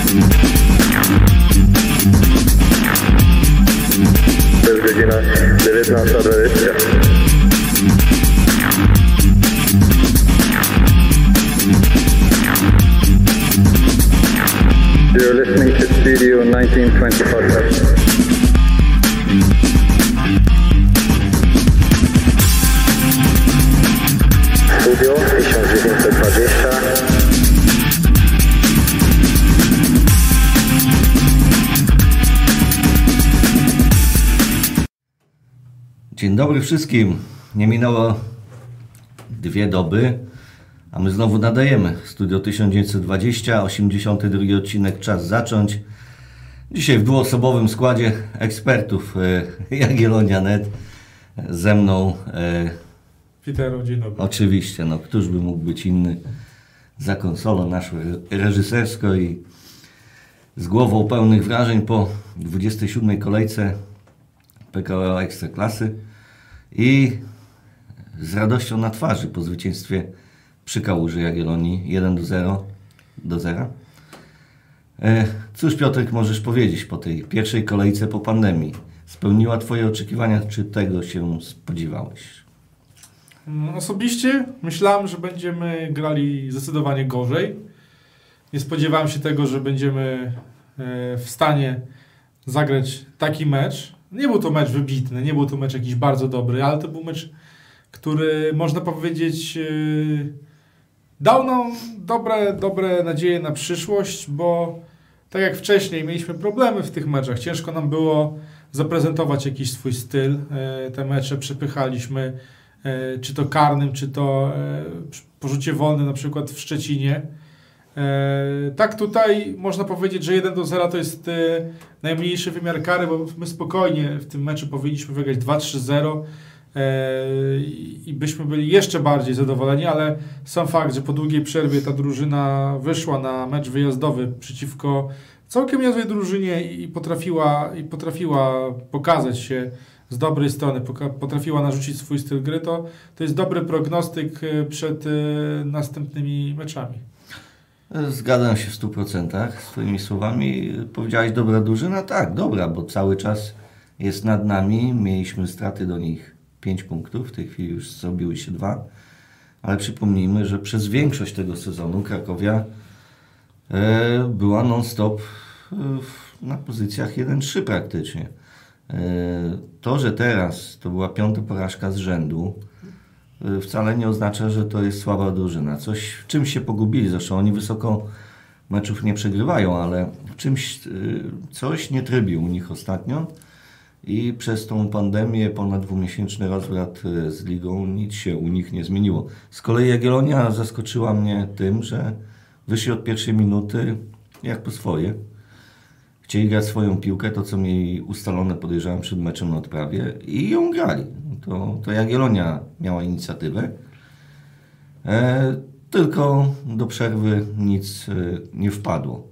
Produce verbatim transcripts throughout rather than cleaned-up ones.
jest godzina dziewiętnasta dwadzieścia. You're listening to Studio nineteen twenty podcast. Studio tysiąc dziewięćset dwadzieścia. Dzień dobry wszystkim. Nie minęło dwie doby, a my znowu nadajemy. Studio tysiąc dziewięćset dwadzieścia, osiemdziesiąty drugi odcinek, czas zacząć. Dzisiaj w dwuosobowym składzie ekspertów e, Jagiellonia kropka net. Ze mną e, Peter, dzień dobry. Oczywiście, no któż by mógł być inny za konsolą naszą reżysersko i z głową pełnych wrażeń po dwudziestej siódmej kolejce P K O Ekstraklasy i z radością na twarzy po zwycięstwie przy Kałuży Jagiellonii jeden do zera. E, cóż, Piotrek, możesz powiedzieć po tej pierwszej kolejce po pandemii? Spełniła Twoje oczekiwania, czy tego się spodziewałeś? Osobiście myślałem, że będziemy grali zdecydowanie gorzej. Nie spodziewałem się tego, że będziemy w stanie zagrać taki mecz. Nie był to mecz wybitny, nie był to mecz jakiś bardzo dobry, ale to był mecz, który można powiedzieć dał nam dobre, dobre nadzieje na przyszłość, bo tak jak wcześniej mieliśmy problemy w tych meczach, ciężko nam było zaprezentować jakiś swój styl. Te mecze przepychaliśmy, czy to karnym, czy to po rzucie wolnym, na przykład w Szczecinie. Tak tutaj można powiedzieć, że jeden do zera to jest najmniejszy wymiar kary, bo my spokojnie w tym meczu powinniśmy wygrać dwa trzy zero i byśmy byli jeszcze bardziej zadowoleni, ale sam fakt, że po długiej przerwie ta drużyna wyszła na mecz wyjazdowy przeciwko całkiem niezłej drużynie i potrafiła, i potrafiła pokazać się z dobrej strony, potrafiła narzucić swój styl gry, to, to jest dobry prognostyk przed następnymi meczami. Zgadzam się w stu procentach z Twoimi słowami. Powiedziałeś dobra drużyna? Tak, dobra, bo cały czas jest nad nami. Mieliśmy straty do nich pięć punktów, w tej chwili już zrobiły się dwa. Ale przypomnijmy, że przez większość tego sezonu Krakowia e, była non-stop e, na pozycjach jeden trzy praktycznie. E, to, że teraz to była piąta porażka z rzędu, e, wcale nie oznacza, że to jest słaba drużyna. Coś, w czymś się pogubili, zresztą oni wysoko meczów nie przegrywają, ale w czymś e, coś nie trybi u nich ostatnio. I przez tą pandemię, ponad dwumiesięczny rozwrat z ligą, nic się u nich nie zmieniło. Z kolei Jagiellonia zaskoczyła mnie tym, że wyszli od pierwszej minuty jak po swoje. Chcieli grać swoją piłkę, to co mieli ustalone, podejrzewam, przed meczem na odprawie i ją grali. To, to Jagiellonia miała inicjatywę. E, tylko do przerwy nic e, nie wpadło.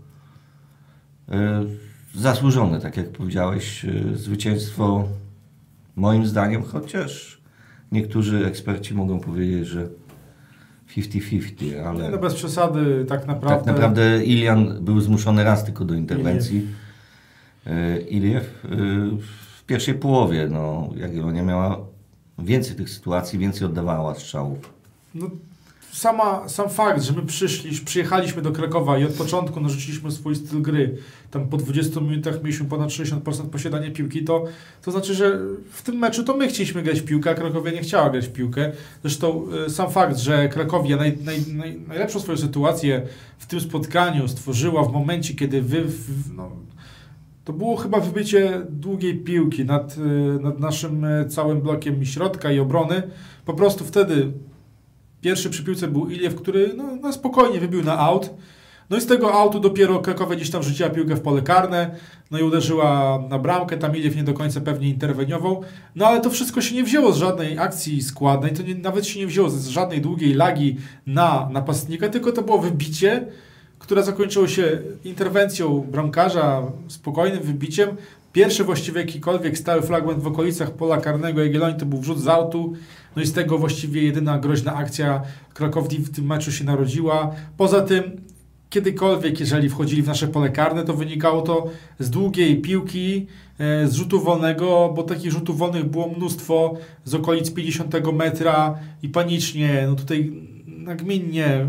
E, Zasłużone, tak jak powiedziałeś, zwycięstwo moim zdaniem, chociaż niektórzy eksperci mogą powiedzieć, że pięćdziesiąt pięćdziesiąt, ale... No bez przesady, tak naprawdę... Tak naprawdę Ilian był zmuszony raz tylko do interwencji. Iliew. Iliew. W pierwszej połowie, no, Jagiellonia miała więcej tych sytuacji, więcej oddawała strzałów. No, sama, sam fakt, że my przyszli, przyjechaliśmy do Krakowa i od początku narzuciliśmy swój styl gry, tam po dwudziestu minutach mieliśmy ponad sześćdziesiąt procent posiadania piłki, to, to znaczy, że w tym meczu to my chcieliśmy grać w piłkę, a Krakowia nie chciała grać w piłkę. Zresztą y, sam fakt, że Krakowia naj, naj, naj, najlepszą swoją sytuację w tym spotkaniu stworzyła w momencie, kiedy wy... W, no, to było chyba wybycie długiej piłki nad, y, nad naszym y, całym blokiem środka i obrony. Po prostu wtedy pierwszy przy piłce był Iliew, który no, no spokojnie wybił na aut. No i z tego autu dopiero Krakowia gdzieś tam rzuciła piłkę w pole karne, no i uderzyła na bramkę, tam Iliew nie do końca pewnie interweniował. No ale to wszystko się nie wzięło z żadnej akcji składnej, to nie, nawet się nie wzięło z żadnej długiej lagi na napastnika, tylko to było wybicie, które zakończyło się interwencją bramkarza, spokojnym wybiciem. Pierwszy właściwie jakikolwiek stały fragment w okolicach pola karnego Jagiellonii to był wrzut z autu. No i z tego właściwie jedyna groźna akcja Krakowii w tym meczu się narodziła. Poza tym kiedykolwiek, jeżeli wchodzili w nasze pole karne, to wynikało to z długiej piłki, z rzutu wolnego, bo takich rzutów wolnych było mnóstwo z okolic pięćdziesiątego metra i panicznie, no tutaj nagminnie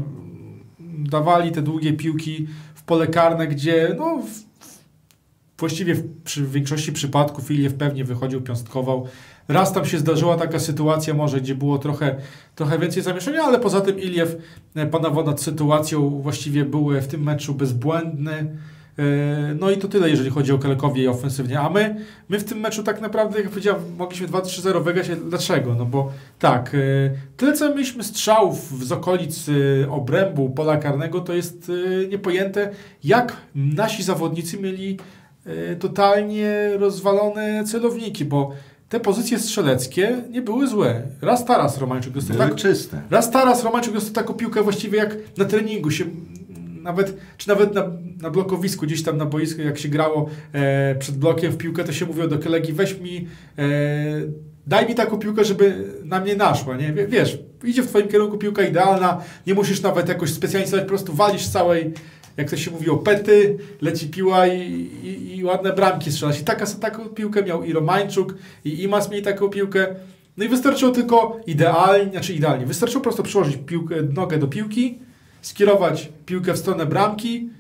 dawali te długie piłki w pole karne, gdzie no w, właściwie w, przy w większości przypadków Iliew pewnie wychodził, piąstkował. Raz tam się zdarzyła taka sytuacja może, gdzie było trochę, trochę więcej zamieszania, ale poza tym Iliew panował nad sytuacją, właściwie był w tym meczu bezbłędny. No i to tyle, jeżeli chodzi o Krakowie ofensywnie. A my, my w tym meczu tak naprawdę, jak powiedziałem, mogliśmy dwa trzy zero wygrać. Dlaczego? No bo tak, tyle co mieliśmy strzałów z okolic obrębu pola karnego, to jest niepojęte, jak nasi zawodnicy mieli totalnie rozwalone celowniki, bo te pozycje strzeleckie nie były złe. Raz Taras Romańczuk dostał były tak, czyste. Raz Taras Romańczuk dostał taką piłkę właściwie jak na treningu się nawet, czy nawet na, na blokowisku, gdzieś tam na boisku, jak się grało e, przed blokiem w piłkę, to się mówiło do kolegi, weź mi, e, daj mi taką piłkę, żeby na mnie naszła, nie? Wiesz, idzie w twoim kierunku piłka idealna, nie musisz nawet jakoś specjalnie stać, po prostu walisz całej, jak to się mówi, o pety, leci piła i, i, i ładne bramki strzelasz. I taka, taką piłkę miał i Romańczuk, i Imas mieli taką piłkę. No i wystarczyło tylko idealnie, znaczy idealnie, wystarczyło po prostu przyłożyć piłkę, nogę do piłki, skierować piłkę w stronę bramki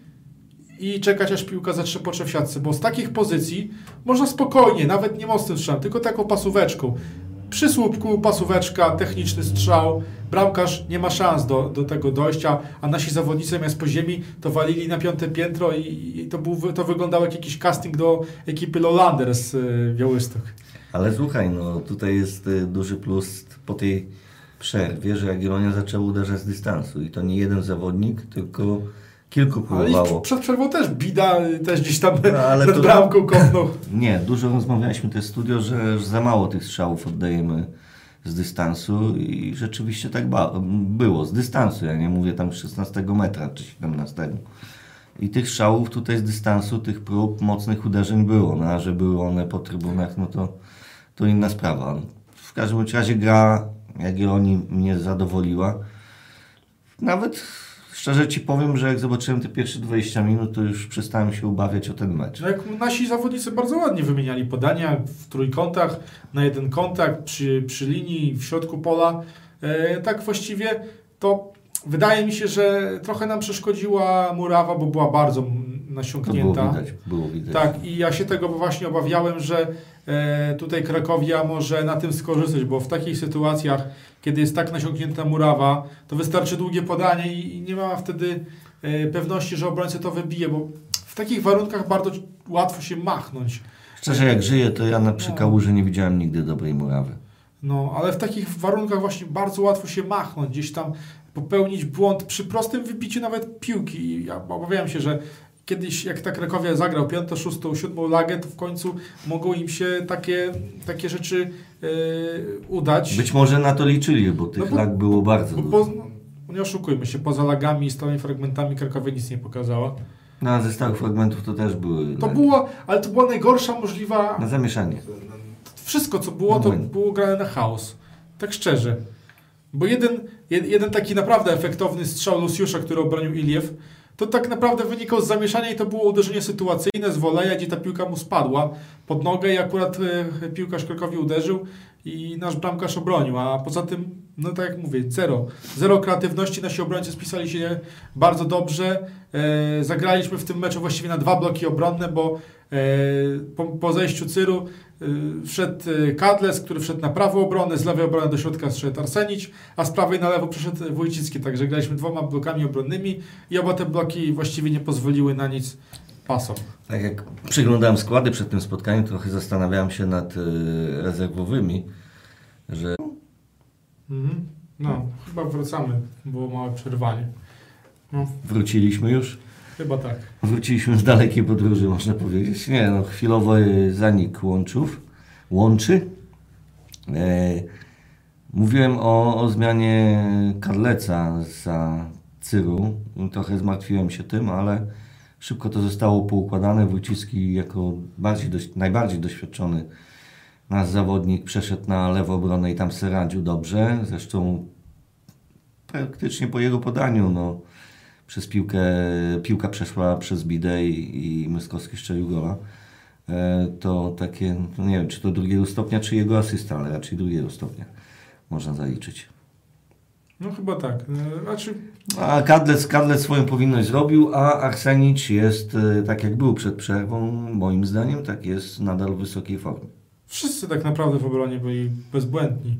i czekać, aż piłka zatrzepocze w siatce, bo z takich pozycji można spokojnie, nawet nie mocnym strzałem, tylko taką pasóweczką. Przy słupku pasóweczka, techniczny strzał, bramkarz nie ma szans do, do tego dojścia, a nasi zawodnicy zamiast po ziemi to walili na piąte piętro i, i to, był, to wyglądało jak jakiś casting do ekipy Lowlander z y, Białystok. Ale słuchaj, no tutaj jest y, duży plus po tej przerwie, że Jagiellonia zaczęła uderzać z dystansu i to nie jeden zawodnik, tylko kilku próbowało. Ale przed przerwą też Bida też gdzieś tam no, ale nad to, bramką kopnął. Nie, dużo rozmawialiśmy też w studio, że, że za mało tych strzałów oddajemy z dystansu i rzeczywiście tak ba- było, z dystansu, ja nie mówię tam szesnastego metra czy siedemnastego. I tych strzałów tutaj z dystansu, tych prób, mocnych uderzeń było, no a że były one po trybunach, no to, to inna sprawa. W każdym razie gra Jagiellonii mnie zadowoliła. Nawet szczerze Ci powiem, że jak zobaczyłem te pierwsze dwadzieścia minut, to już przestałem się ubawiać o ten mecz. No jak nasi zawodnicy bardzo ładnie wymieniali podania w trójkątach, na jeden kontakt, przy, przy linii, w środku pola. E, tak właściwie to wydaje mi się, że trochę nam przeszkodziła murawa, bo była bardzo nasiąknięta. To było widać, było widać. Tak, i ja się tego właśnie obawiałem, że e, tutaj Krakowia może na tym skorzystać, bo w takich sytuacjach, kiedy jest tak nasiąknięta murawa, to wystarczy długie podanie i, i nie ma wtedy e, pewności, że obrońca to wybije, bo w takich warunkach bardzo łatwo się machnąć. Szczerze, jak żyję, to ja na przy Kałuży nie widziałem nigdy dobrej murawy. No, ale w takich warunkach właśnie bardzo łatwo się machnąć, gdzieś tam popełnić błąd przy prostym wybiciu nawet piłki. I ja obawiałem się, że kiedyś jak ta Krakowia zagrał piątą, szóstą, siódmą lagę, to w końcu mogą im się takie, takie rzeczy yy, udać. Być może na to liczyli, bo tych no bo, lag było bardzo bo, dużo. bo, no, nie oszukujmy się, poza lagami i stałymi fragmentami Krakowia nic nie pokazała. No a ze stałych fragmentów to też były To lagi. było, ale to była najgorsza możliwa... Na zamieszanie. Wszystko, co było, to było grane na chaos. Tak szczerze. Bo jeden, jed, jeden taki naprawdę efektowny strzał Luciusza, który obronił Iliew, to tak naprawdę wynikał z zamieszania i to było uderzenie sytuacyjne z woleja, gdzie ta piłka mu spadła pod nogę i akurat e, piłkarz Krakowi uderzył i nasz bramkarz obronił, a poza tym, no tak jak mówię, zero. Zero kreatywności, nasi obrońcy spisali się bardzo dobrze. E, zagraliśmy w tym meczu właściwie na dwa bloki obronne, bo e, po, po zejściu Cyru e, wszedł Kadles, który wszedł na prawą obronę, z lewej obrony do środka zszedł Arsenić, a z prawej na lewo przeszedł Wójcicki, także graliśmy dwoma blokami obronnymi i oba te bloki właściwie nie pozwoliły na nic pasom. Tak jak przyglądałem składy przed tym spotkaniem, trochę zastanawiałem się nad y, rezerwowymi, że... Mhm. No, chyba wracamy, było małe przerwanie. No, Wróciliśmy już? chyba tak. Wróciliśmy z dalekiej podróży, można powiedzieć. Nie, no chwilowo y, zanik łączów, łączy. E, mówiłem o, o zmianie Kadleca za Cyru. Trochę zmartwiłem się tym, ale szybko to zostało poukładane. Wójcicki jako bardziej dość, najbardziej doświadczony nasz zawodnik przeszedł na lewą obronę i tam se radził dobrze. Zresztą praktycznie po jego podaniu no, przez piłkę, piłka przeszła przez bidę i, i Myskowski strzelił gola. To takie, no nie wiem, czy to drugiego stopnia, czy jego asysta, ale raczej drugiego stopnia można zaliczyć. No chyba tak. Znaczy... A Kadlec, Kadlec swoją powinność zrobił, a Arsenicz jest, tak jak był przed przerwą, moim zdaniem, tak jest nadal w wysokiej formie. Wszyscy tak naprawdę w obronie byli bezbłędni.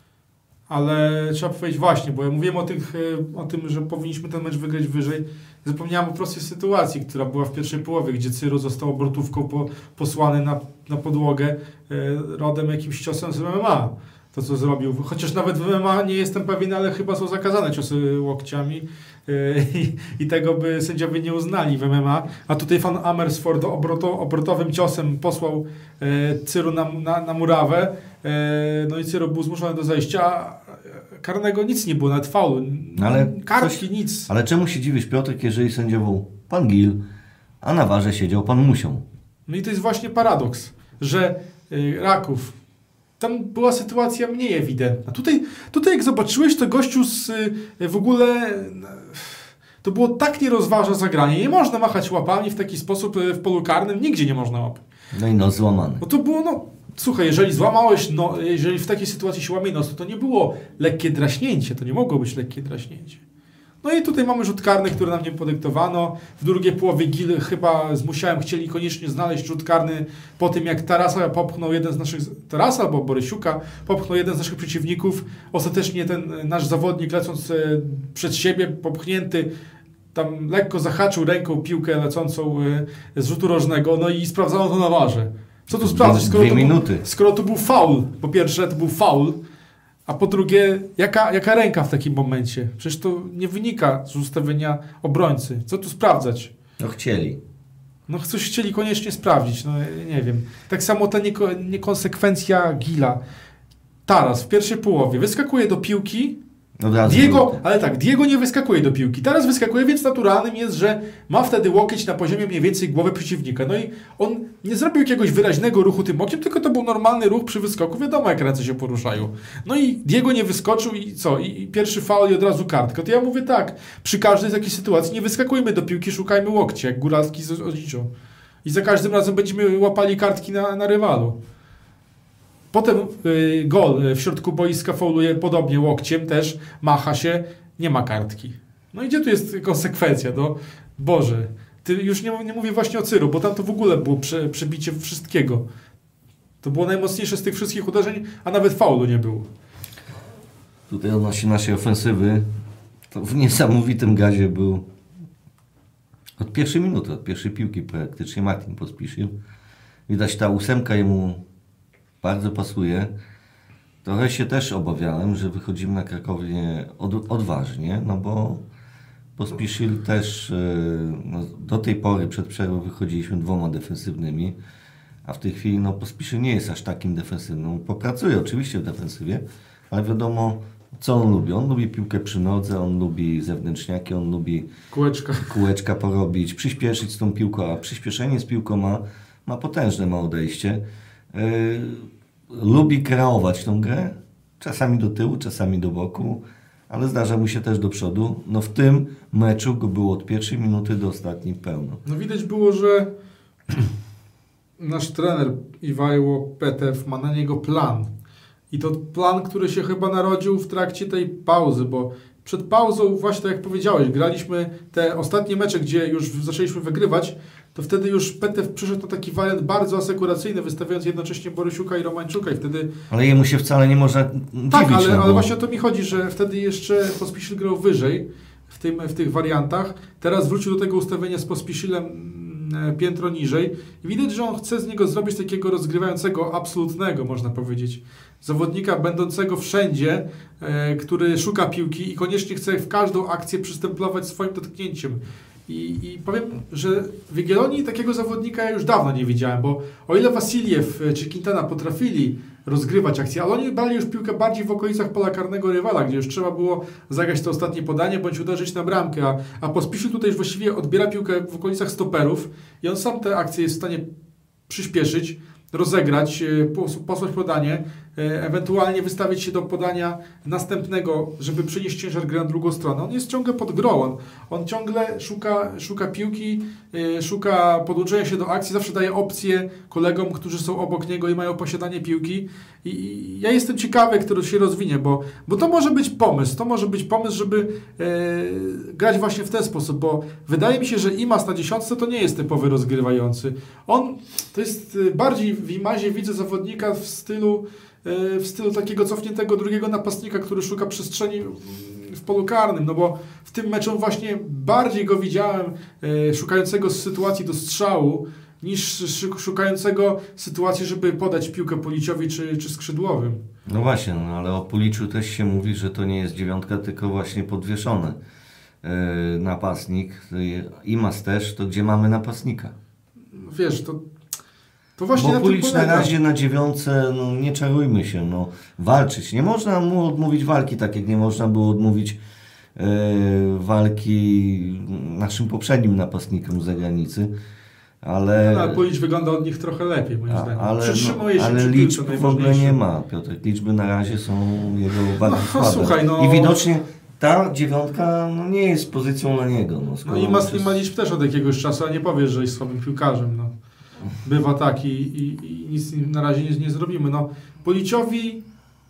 Ale trzeba powiedzieć właśnie, bo ja mówiłem o, tych, o tym, że powinniśmy ten mecz wygrać wyżej. Zapomniałem o prostej sytuacji, która była w pierwszej połowie, gdzie Cyro został obrotówką po, posłany na, na podłogę e, rodem jakimś ciosem z M M A. To, co zrobił. Chociaż nawet w M M A nie jestem pewien, ale chyba są zakazane ciosy łokciami yy, i, i tego by sędziowie nie uznali w M M A. A tutaj fan Amersfoort obroto, obrotowym ciosem posłał yy, Cyru na, na, na murawę. Yy, no i Cyro był zmuszony do zejścia, a karnego nic nie było, nawet faulu. Ale kartki, coś, nic. Ale czemu się dziwisz, Piotrek, jeżeli sędziował pan Gil, a na warze siedział pan Musią? No i to jest właśnie paradoks, że yy, Raków tam była sytuacja mniej ewidentna. Tutaj, tutaj jak zobaczyłeś, to gościu z, w ogóle to było tak nierozważne zagranie. Nie można machać łapami w taki sposób w polu karnym. Nigdzie nie można łapać. No i nos złamany. No to było, no słuchaj, jeżeli złamałeś, no, jeżeli w takiej sytuacji się łamie nos, to, to nie było lekkie draśnięcie. To nie mogło być lekkie draśnięcie. No i tutaj mamy rzut karny, który nam nie podyktowano. W drugiej połowie Gil chyba z Musiałem chcieli koniecznie znaleźć rzut karny po tym, jak Tarasa popchnął jeden z naszych... Tarasa albo Borysiuka popchnął jeden z naszych przeciwników. Ostatecznie ten nasz zawodnik, lecąc przed siebie, popchnięty, tam lekko zahaczył ręką piłkę lecącą z rzutu rożnego, no i sprawdzano to na warze. Co tu sprawdzać, skoro Dwie to minuty. Był, skoro to był faul. Po pierwsze, to był faul. A po drugie, jaka, jaka ręka w takim momencie? Przecież to nie wynika z ustawienia obrońcy. Co tu sprawdzać? No chcieli. No coś chcieli koniecznie sprawdzić, no nie wiem. Tak samo ta nieko, niekonsekwencja Gila. Taras w pierwszej połowie wyskakuje do piłki. Od razu Diego, był. ale tak, Diego nie wyskakuje do piłki. Teraz wyskakuje, więc naturalnym jest, że ma wtedy łokieć na poziomie mniej więcej głowy przeciwnika. No i on nie zrobił jakiegoś wyraźnego ruchu tym okiem, tylko to był normalny ruch przy wyskoku. Wiadomo, jak ręce się poruszają. No i Diego nie wyskoczył i co? I, i pierwszy faul i od razu kartka. To ja mówię tak, przy każdej takiej sytuacji nie wyskakujmy do piłki, szukajmy łokcia, jak Góralski z Odziczą. I za każdym razem będziemy łapali kartki na, na rywalu. Potem y, gol w środku boiska fauluje podobnie łokciem, też macha się, nie ma kartki. No i gdzie tu jest konsekwencja? No, Boże, ty już nie, nie mówię właśnie o Cyru, bo tam to w ogóle było prze, przebicie wszystkiego. To było najmocniejsze z tych wszystkich uderzeń, a nawet faulu nie było. Tutaj odnośnie naszej ofensywy, to w niesamowitym gazie był od pierwszej minuty, od pierwszej piłki praktycznie Martin Pospisil. Widać, ta ósemka jemu bardzo pasuje. Trochę się też obawiałem, że wychodzimy na Krakowie od, odważnie, no bo Pospisil też no, do tej pory przed przerwą wychodziliśmy dwoma defensywnymi, a w tej chwili no, Pospisil nie jest aż takim defensywnym. Popracuje oczywiście w defensywie, ale wiadomo, co on lubi. On lubi piłkę przy nodze, on lubi zewnętrzniaki, on lubi Kółeczka. kółeczka porobić, przyspieszyć z tą piłką, a przyspieszenie z piłką ma, ma potężne ma odejście. Yy, lubi kreować tą grę, czasami do tyłu, czasami do boku, ale zdarza mu się też do przodu. No w tym meczu go było od pierwszej minuty do ostatniej pełno. No widać było, że nasz trener Iwajło Petew ma na niego plan. I to plan, który się chyba narodził w trakcie tej pauzy, bo przed pauzą, właśnie tak jak powiedziałeś, graliśmy te ostatnie mecze, gdzie już zaczęliśmy wygrywać, to wtedy już Petew przyszedł na taki wariant bardzo asekuracyjny, wystawiając jednocześnie Borysiuka i Romańczuka i wtedy... Ale jemu się wcale nie można dziwić. Tak, ale, no bo... ale właśnie o to mi chodzi, że wtedy jeszcze Pospisil grał wyżej w, tym, w tych wariantach. Teraz wrócił do tego ustawienia z Pospisilem piętro niżej i widać, że on chce z niego zrobić takiego rozgrywającego, absolutnego, można powiedzieć, zawodnika będącego wszędzie, e, który szuka piłki i koniecznie chce w każdą akcję przystępować swoim dotknięciem. I, I powiem, że w Jagiellonii takiego zawodnika ja już dawno nie widziałem, bo o ile Wasiliew czy Quintana potrafili rozgrywać akcje, ale oni brali już piłkę bardziej w okolicach pola karnego rywala, gdzie już trzeba było zagrać to ostatnie podanie, bądź uderzyć na bramkę, a, a Pospisil tutaj już właściwie odbiera piłkę w okolicach stoperów i on sam te akcje jest w stanie przyspieszyć, rozegrać, posłać podanie, e, ewentualnie wystawić się do podania następnego, żeby przynieść ciężar gry na drugą stronę. On jest ciągle pod grą, on, on ciągle szuka, szuka piłki, e, szuka podłączenia się do akcji, zawsze daje opcję kolegom, którzy są obok niego i mają posiadanie piłki. I, i ja jestem ciekawy, który się rozwinie, bo, bo to może być pomysł, to może być pomysł, żeby e, grać właśnie w ten sposób, bo wydaje mi się, że Imaz na dziesiątce to nie jest typowy rozgrywający. On to jest bardziej w Imazie widzę zawodnika w stylu, w stylu takiego cofniętego drugiego napastnika, który szuka przestrzeni w polu karnym, no bo w tym meczu właśnie bardziej go widziałem szukającego sytuacji do strzału, niż szukającego sytuacji, żeby podać piłkę Puliciowi czy, czy skrzydłowym. No właśnie, no ale o Puliczu też się mówi, że to nie jest dziewiątka, tylko właśnie podwieszony yy, napastnik. Imaz też, to gdzie mamy napastnika? Wiesz, to, to właśnie Bo na Pulicz tym na polega. razie na dziewiątce, no nie czarujmy się, no walczyć. Nie można mu odmówić walki, tak jak nie można było odmówić yy, walki naszym poprzednim napastnikom z zagranicy. Ale, No, ale Pulicz wygląda od nich trochę lepiej, moim a, zdaniem. ale, Przytrzymuje no, się ale przy liczb piłce, w ogóle najważniejsze. nie ma, Piotr. Liczby na razie są jego bardzo No, słabe. słuchaj, no- I widocznie ta dziewiątka no, nie jest pozycją na niego. No, No skoro i ma, przez- i ma liczb też od jakiegoś czasu, a nie powiesz, że jest słabym piłkarzem. No. Bywa tak i, i, i nic na razie nie, nie zrobimy. No, Puliciowi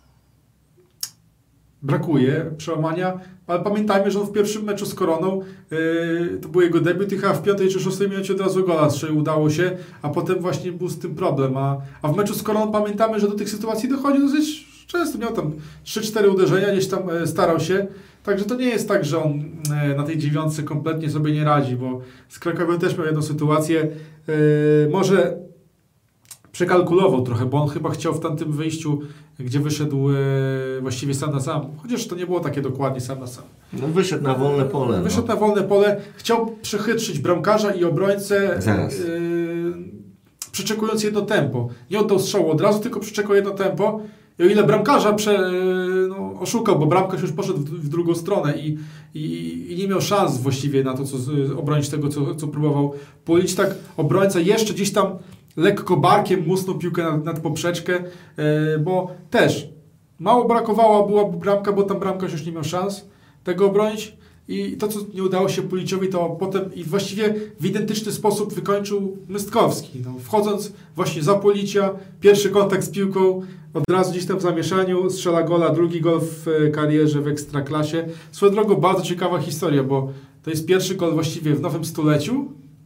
brakuje przełamania, ale pamiętajmy, że on w pierwszym meczu z Koroną yy, to był jego debiut i chyba w piątej czy szóstej minucie od razu gola strzelił, udało się, a potem właśnie był z tym problem. A, a w meczu z Koroną pamiętamy, że do tych sytuacji dochodzi dosyć często. Miał tam trzy cztery uderzenia, gdzieś tam e, starał się. Także to nie jest tak, że on e, na tej dziewiątce kompletnie sobie nie radzi, bo z Krakowią też miał jedną sytuację. E, może przekalkulował trochę, bo on chyba chciał w tamtym wyjściu, gdzie wyszedł e, właściwie sam na sam, chociaż to nie było takie dokładnie sam na sam. No, wyszedł na wolne pole. Wyszedł no. na wolne pole, chciał przechytrzyć bramkarza i obrońcę, Zaraz. e, przyczekując jedno tempo. Nie oddał strzału od razu, tylko przyczekał jedno tempo. I o ile bramkarza prze, no, oszukał, bo bramkarz już poszedł w, w drugą stronę i, i, i nie miał szans właściwie na to, co z- obronić tego, co, co próbował Pulicz, tak obrońca jeszcze gdzieś tam lekko barkiem musnął piłkę nad, nad poprzeczkę, e, bo też mało brakowało, była bramka, bo tam bramkarz już nie miał szans tego obronić. I to, co nie udało się Puliciowi, to potem i właściwie w identyczny sposób wykończył Mystkowski. No, wchodząc właśnie za Policia, pierwszy kontakt z piłką, od razu gdzieś tam w zamieszaniu, strzela gola, drugi gol w e, karierze w Ekstraklasie. Swoją drogą bardzo ciekawa historia, bo to jest pierwszy gol właściwie w nowym stuleciu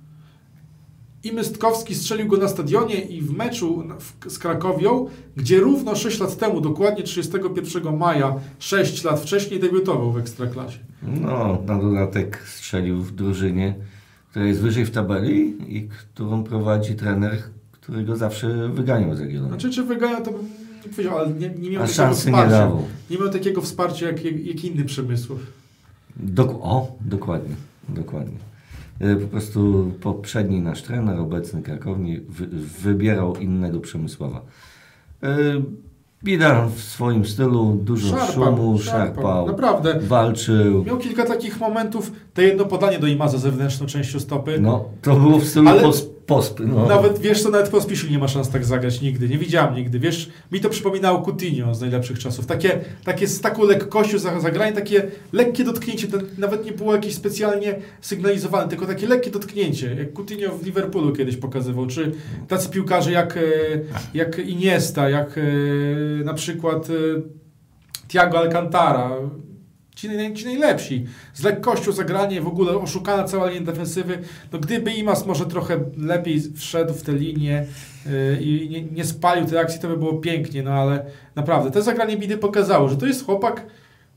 i Mystkowski strzelił go na stadionie i w meczu w, z Krakowią, gdzie równo sześć lat temu, dokładnie trzydziestego pierwszego maja, sześć lat wcześniej debiutował w Ekstraklasie. No, na dodatek strzelił w drużynie, która jest wyżej w tabeli i którą prowadzi trener, który go zawsze wyganiał z Jagiellonii. Znaczy, czy wygaja, to bym nie powiedział, ale nie, nie miał A takiego szansy nie wsparcia. dawał. Nie miał takiego wsparcia jak, jak, jak inny Przemysłów. Dok- o, dokładnie, dokładnie. E, Po prostu poprzedni nasz trener, obecny Krakowni, wy- wybierał innego Przemysława. E, Bida w swoim stylu, dużo Szarpał, szumu, szarpał. szarpał, Naprawdę. walczył. Miał kilka takich momentów, te jedno podanie do Imaza zewnętrzną częścią stopy. No, to było w stylu Ale- pos- pospy. No. Nawet, wiesz co, nawet Pospisil nie ma szans tak zagrać nigdy. Nie widziałem nigdy. Wiesz, mi to przypominało Coutinho z najlepszych czasów. Takie, takie z taką lekkością za- zagranie, takie lekkie dotknięcie. To nawet nie było jakieś specjalnie sygnalizowane, tylko takie lekkie dotknięcie. Jak Coutinho w Liverpoolu kiedyś pokazywał. Czy tacy piłkarze jak, e, jak Iniesta, jak e, na przykład e, Thiago Alcantara. Ci, naj, ci najlepsi. Z lekkością zagranie, w ogóle oszukana cała linia defensywy. No gdyby Imaz może trochę lepiej wszedł w tę linię yy, i nie, nie spalił tej akcji, to by było pięknie, no ale naprawdę, to zagranie Bidy pokazało, że to jest chłopak,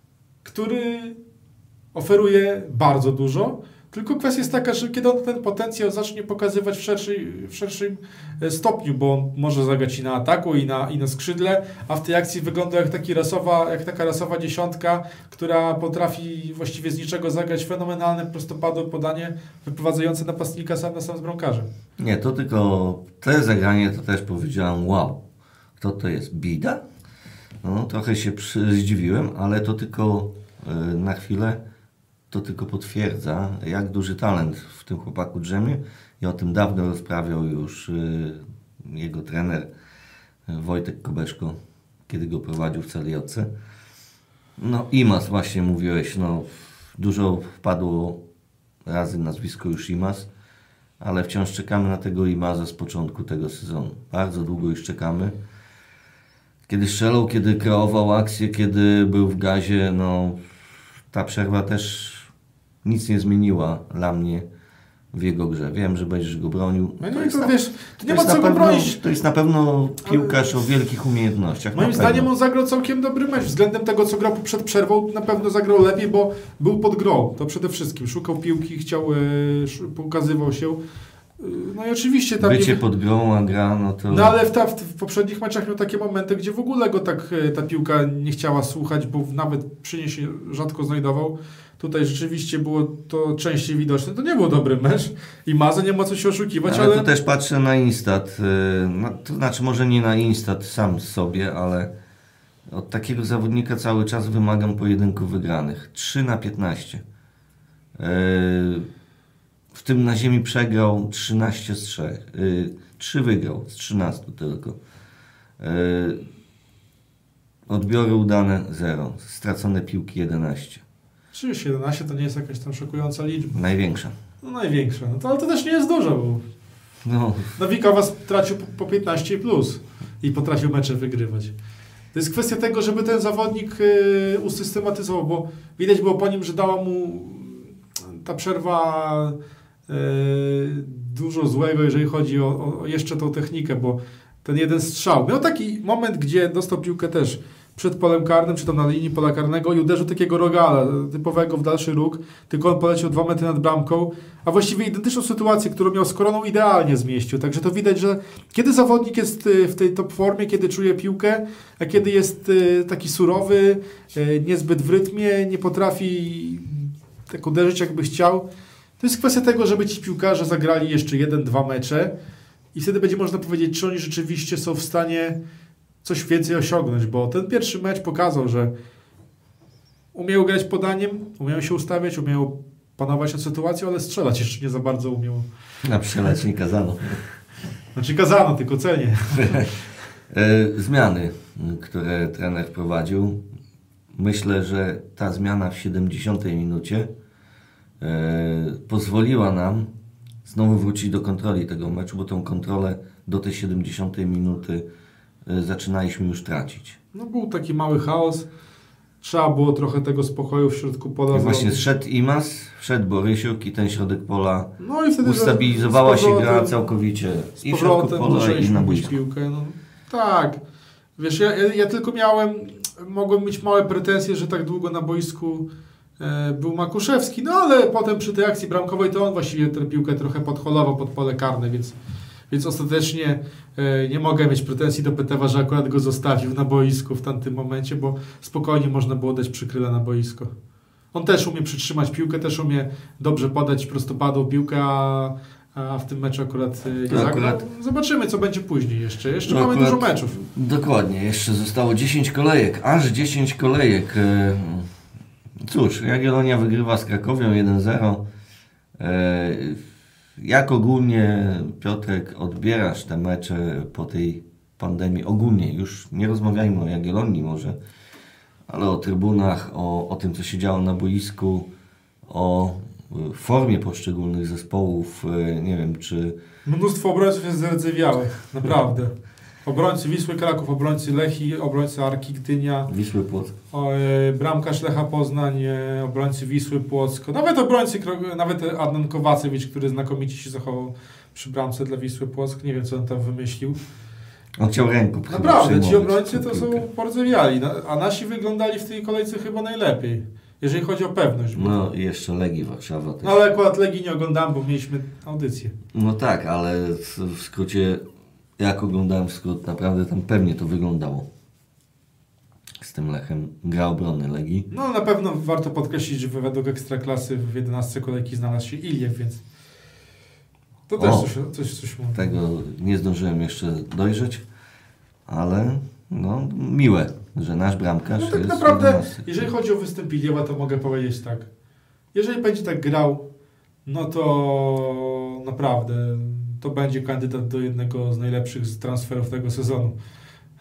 który oferuje bardzo dużo, tylko kwestia jest taka, że kiedy on ten potencjał zacznie pokazywać w, szerszej, w szerszym stopniu, bo on może zagrać i na ataku, i na, i na skrzydle, a w tej akcji wygląda jak, taki rasowa, jak taka rasowa dziesiątka, która potrafi właściwie z niczego zagrać fenomenalne prostopadłe podanie wyprowadzające napastnika sam na sam z bramkarzem. Nie, to tylko te zagranie to też powiedziałem, wow, kto to jest? Bida? No, trochę się przy, zdziwiłem, ale to tylko y, na chwilę to tylko potwierdza, jak duży talent w tym chłopaku drzemie i o tym dawno rozprawiał już y, jego trener y, Wojtek Kobeszko kiedy go prowadził w C L J C. No Imaz właśnie mówiłeś, no dużo wpadło razy nazwisko już Imaz, ale wciąż czekamy na tego Imaza z początku tego sezonu. Bardzo długo już czekamy. Kiedy strzelał, kiedy kreował akcję, kiedy był w gazie, no ta przerwa też nic nie zmieniła dla mnie w jego grze. Wiem, że będziesz go bronił. No To nie, jest to na- wiesz, to nie ma jest co na go pewno- bronić. To jest na pewno piłkarz o wielkich umiejętnościach. Moim na zdaniem pewno. on zagrał całkiem dobry mecz. Względem tego, co grał przed przerwą, na pewno zagrał lepiej, bo był pod grą. To przede wszystkim. Szukał piłki, chciał, e, sz- pokazywał się. E, No i oczywiście tam... Bycie nie... pod grą, a gra, no to... No ale w, ta, w poprzednich meczach miał takie momenty, gdzie w ogóle go tak e, ta piłka nie chciała słuchać, bo nawet przy niej się rzadko znajdował. Tutaj rzeczywiście było to częściej widoczne. To nie był dobry mecz i Maza nie ma co się oszukiwać, ale, ale... tu też patrzę na Instat. y, No, to znaczy może nie na Instat sam sobie, ale od takiego zawodnika cały czas wymagam pojedynków wygranych. trzy na piętnaście. Y, W tym na ziemi przegrał trzynaście z trzech. Y, trzy wygrał z trzynastu tylko. Y, Odbiory udane zero. Stracone piłki jedenaście. Oczywiście jedenaście to nie jest jakaś tam szokująca liczba. Największa. No największa. No to, ale to też nie jest dużo, bo No, Nowikowa stracił po, po piętnaście plus i potrafił mecze wygrywać. To jest kwestia tego, żeby ten zawodnik y, usystematyzował, bo widać było po nim, że dała mu ta przerwa y, dużo złego, jeżeli chodzi o, o jeszcze tą technikę, bo ten jeden strzał. Miał taki moment, gdzie dostał piłkę też przed polem karnym, czy tam na linii pola karnego i uderzył takiego rogala, typowego w dalszy róg, tylko on poleciał dwa metry nad bramką, a właściwie identyczną sytuację, którą miał z Koroną, idealnie zmieścił. Także to widać, że kiedy zawodnik jest w tej top formie, kiedy czuje piłkę, a kiedy jest taki surowy, niezbyt w rytmie, nie potrafi tak uderzyć, jakby chciał, to jest kwestia tego, żeby ci piłkarze zagrali jeszcze jeden, dwa mecze i wtedy będzie można powiedzieć, czy oni rzeczywiście są w stanie coś więcej osiągnąć, bo ten pierwszy mecz pokazał, że umieją grać podaniem, umieją się ustawiać, umieją panować nad sytuacją, ale strzelać jeszcze nie za bardzo umiał. na przeleć nie kazano. Znaczy kazano, tylko cenię. E, Zmiany, które trener wprowadził. Myślę, że ta zmiana w siedemdziesiątej minucie e, pozwoliła nam znowu wrócić do kontroli tego meczu, bo tą kontrolę do tej siedemdziesiątej minuty e, zaczynaliśmy już tracić. No był taki mały chaos. Trzeba było trochę tego spokoju w środku pola. Jak właśnie zrobić. zszedł Imaz, wszedł Borysiuk i ten środek pola No i wtedy ustabilizowała z się gra powrotem- całkowicie Z i w środku powrotem pola i zaczęliśmy na bić boisku. piłkę. No, tak. Wiesz, ja, ja, ja tylko miałem, mogłem mieć małe pretensje, że tak długo na boisku e, był Makuszewski, no ale potem przy tej akcji bramkowej to on właściwie tę piłkę trochę podholował pod pole karne, więc, więc ostatecznie e, nie mogę mieć pretensji do Petewa, że akurat go zostawił na boisku w tamtym momencie, bo spokojnie można było dać przykryla na boisko. On też umie przytrzymać piłkę, też umie dobrze podać prostopadłą piłkę, a, a w tym meczu akurat e, nie To zagrał. akurat- Zobaczymy, co będzie później jeszcze. Jeszcze No mamy akurat- dużo meczów. Dokładnie, jeszcze zostało dziesięć kolejek, aż dziesięć kolejek. E, Cóż, Jagiellonia wygrywa z Krakowią jeden zero. E, Jak ogólnie, Piotrek, odbierasz te mecze po tej pandemii? Ogólnie, już nie rozmawiajmy o Jagiellonii może, ale o trybunach, o, o tym, co się działo na boisku, o e, formie poszczególnych zespołów. E, Nie wiem, czy Mnóstwo obrońców jest zardzewiałych, naprawdę. Obrońcy Wisły Kraków, obrońcy Lechii, obrońcy Arki Gdynia, Wisły Płock. o, e, bramkarz Lecha Poznań, e, obrońcy Wisły Płocko, nawet obrońcy, Kro- nawet Adnan Kowacewicz, który znakomicie się zachował przy bramce dla Wisły Płock. Nie wiem, co on tam wymyślił. On chciał ręką chyba Naprawdę, ci przyjmować obrońcy tą to są piłkę. pordzewiali, na- a nasi wyglądali w tej kolejce chyba najlepiej, jeżeli chodzi o pewność. Bo... No i jeszcze Legii Warszawa też. No ale akurat Legii nie oglądałem, bo mieliśmy audycję. No tak, ale w w skrócie, jak oglądałem skrót, naprawdę tam pewnie to wyglądało. Z tym Lechem gra obrony Legii. No na pewno warto podkreślić, że według Ekstraklasy w jedenastce kolejki znalazł się Iliew, więc to też O, coś, coś, coś mówi. Tego nie zdążyłem jeszcze dojrzeć, ale no miłe, że nasz bramkarz No tak jest naprawdę, jedenasty. jeżeli chodzi o występ Iliewa, to mogę powiedzieć tak. Jeżeli będzie tak grał, no to naprawdę to będzie kandydat do jednego z najlepszych z transferów tego sezonu.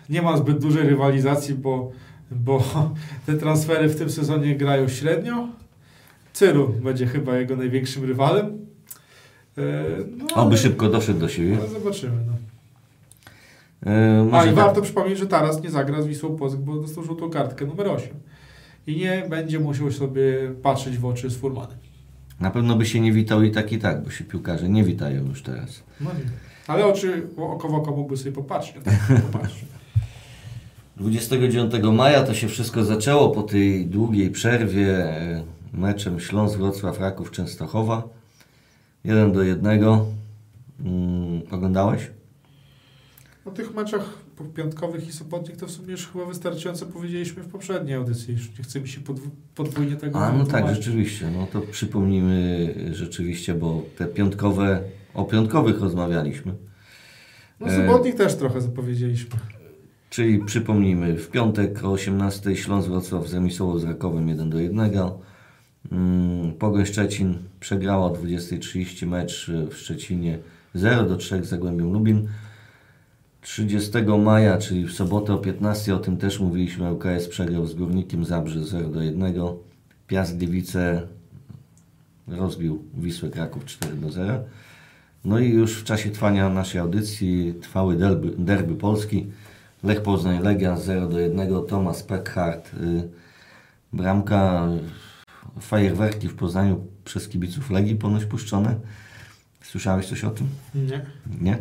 nie ma zbyt dużej rywalizacji, bo, bo te transfery w tym sezonie grają średnio. Cyru będzie chyba jego największym rywalem. No, Oby ale, szybko doszedł do siebie. ale zobaczymy. No. E, A może i tak, warto przypomnieć, że Taras nie zagra z Wisłą Płock, bo dostał żółtą kartkę numer osiem. I nie będzie musiał sobie patrzeć w oczy z Furmanem. na pewno by się nie witał i tak i tak, bo się piłkarze nie witają już teraz. No nie. Ale oczy oko w oko mógłby sobie popatrzeć. Popatrz. dwudziestego dziewiątego maja to się wszystko zaczęło po tej długiej przerwie e, meczem Śląsk Wrocław Raków Częstochowa. jeden do jednego. Mm, oglądałeś? O tych meczach piątkowych i sobotnich to w sumie już chyba wystarczająco powiedzieliśmy w poprzedniej audycji. Już nie chce mi się podw- podwójnie tego A no tak, tłumaczyć. rzeczywiście. No to przypomnijmy rzeczywiście, bo te piątkowe, o piątkowych rozmawialiśmy. No sobotnich też trochę zapowiedzieliśmy. Czyli przypomnijmy, w piątek o osiemnastej Śląsk Wrocław zremisował z Rakowem jeden do jednego. Mm, Pogoń Szczecin przegrała o dwudziestej trzydzieści mecz w Szczecinie zero do trzech z Zagłębiem Lubin. trzydziestego maja, czyli w sobotę o piętnastej, o tym też mówiliśmy, U K S przegrał z Górnikiem Zabrze zero do jednego. Piast Gliwice rozbił Wisłę Kraków cztery do zera. No i już w czasie trwania naszej audycji trwały derby, derby Polski. Lech Poznań Legia zero do jednego, Tomasz Peckhardt, y, bramka, y, fajerwerki w Poznaniu przez kibiców Legii ponoć puszczone. Słyszałeś coś o tym? Nie. Nie?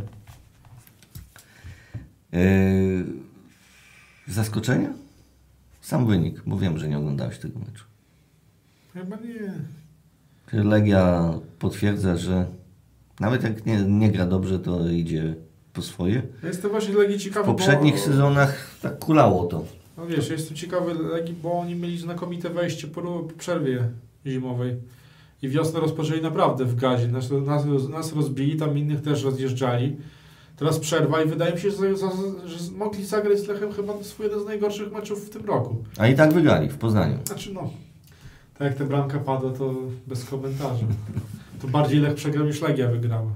Y, zaskoczenie? Sam wynik, bo wiem, że nie oglądałeś tego meczu. Chyba nie. Legia potwierdza, że nawet jak nie, nie gra dobrze, to idzie po swoje. Ja jestem właśnie Legii W ciekawy, poprzednich bo... sezonach tak kulało to. No wiesz, ja jestem ciekawy Legii, bo oni mieli znakomite wejście po, po przerwie zimowej. I wiosnę rozpoczęli naprawdę w gazie. Nas, nas, nas rozbili, tam innych też rozjeżdżali. Teraz przerwa i wydaje mi się, że, że, że mogli zagrać z Lechem chyba swój jeden z najgorszych meczów w tym roku. A i tak wygrali w Poznaniu. Znaczy no, tak jak ta bramka padła, to bez komentarzy. To bardziej Lech przegrał niż Legia wygrała.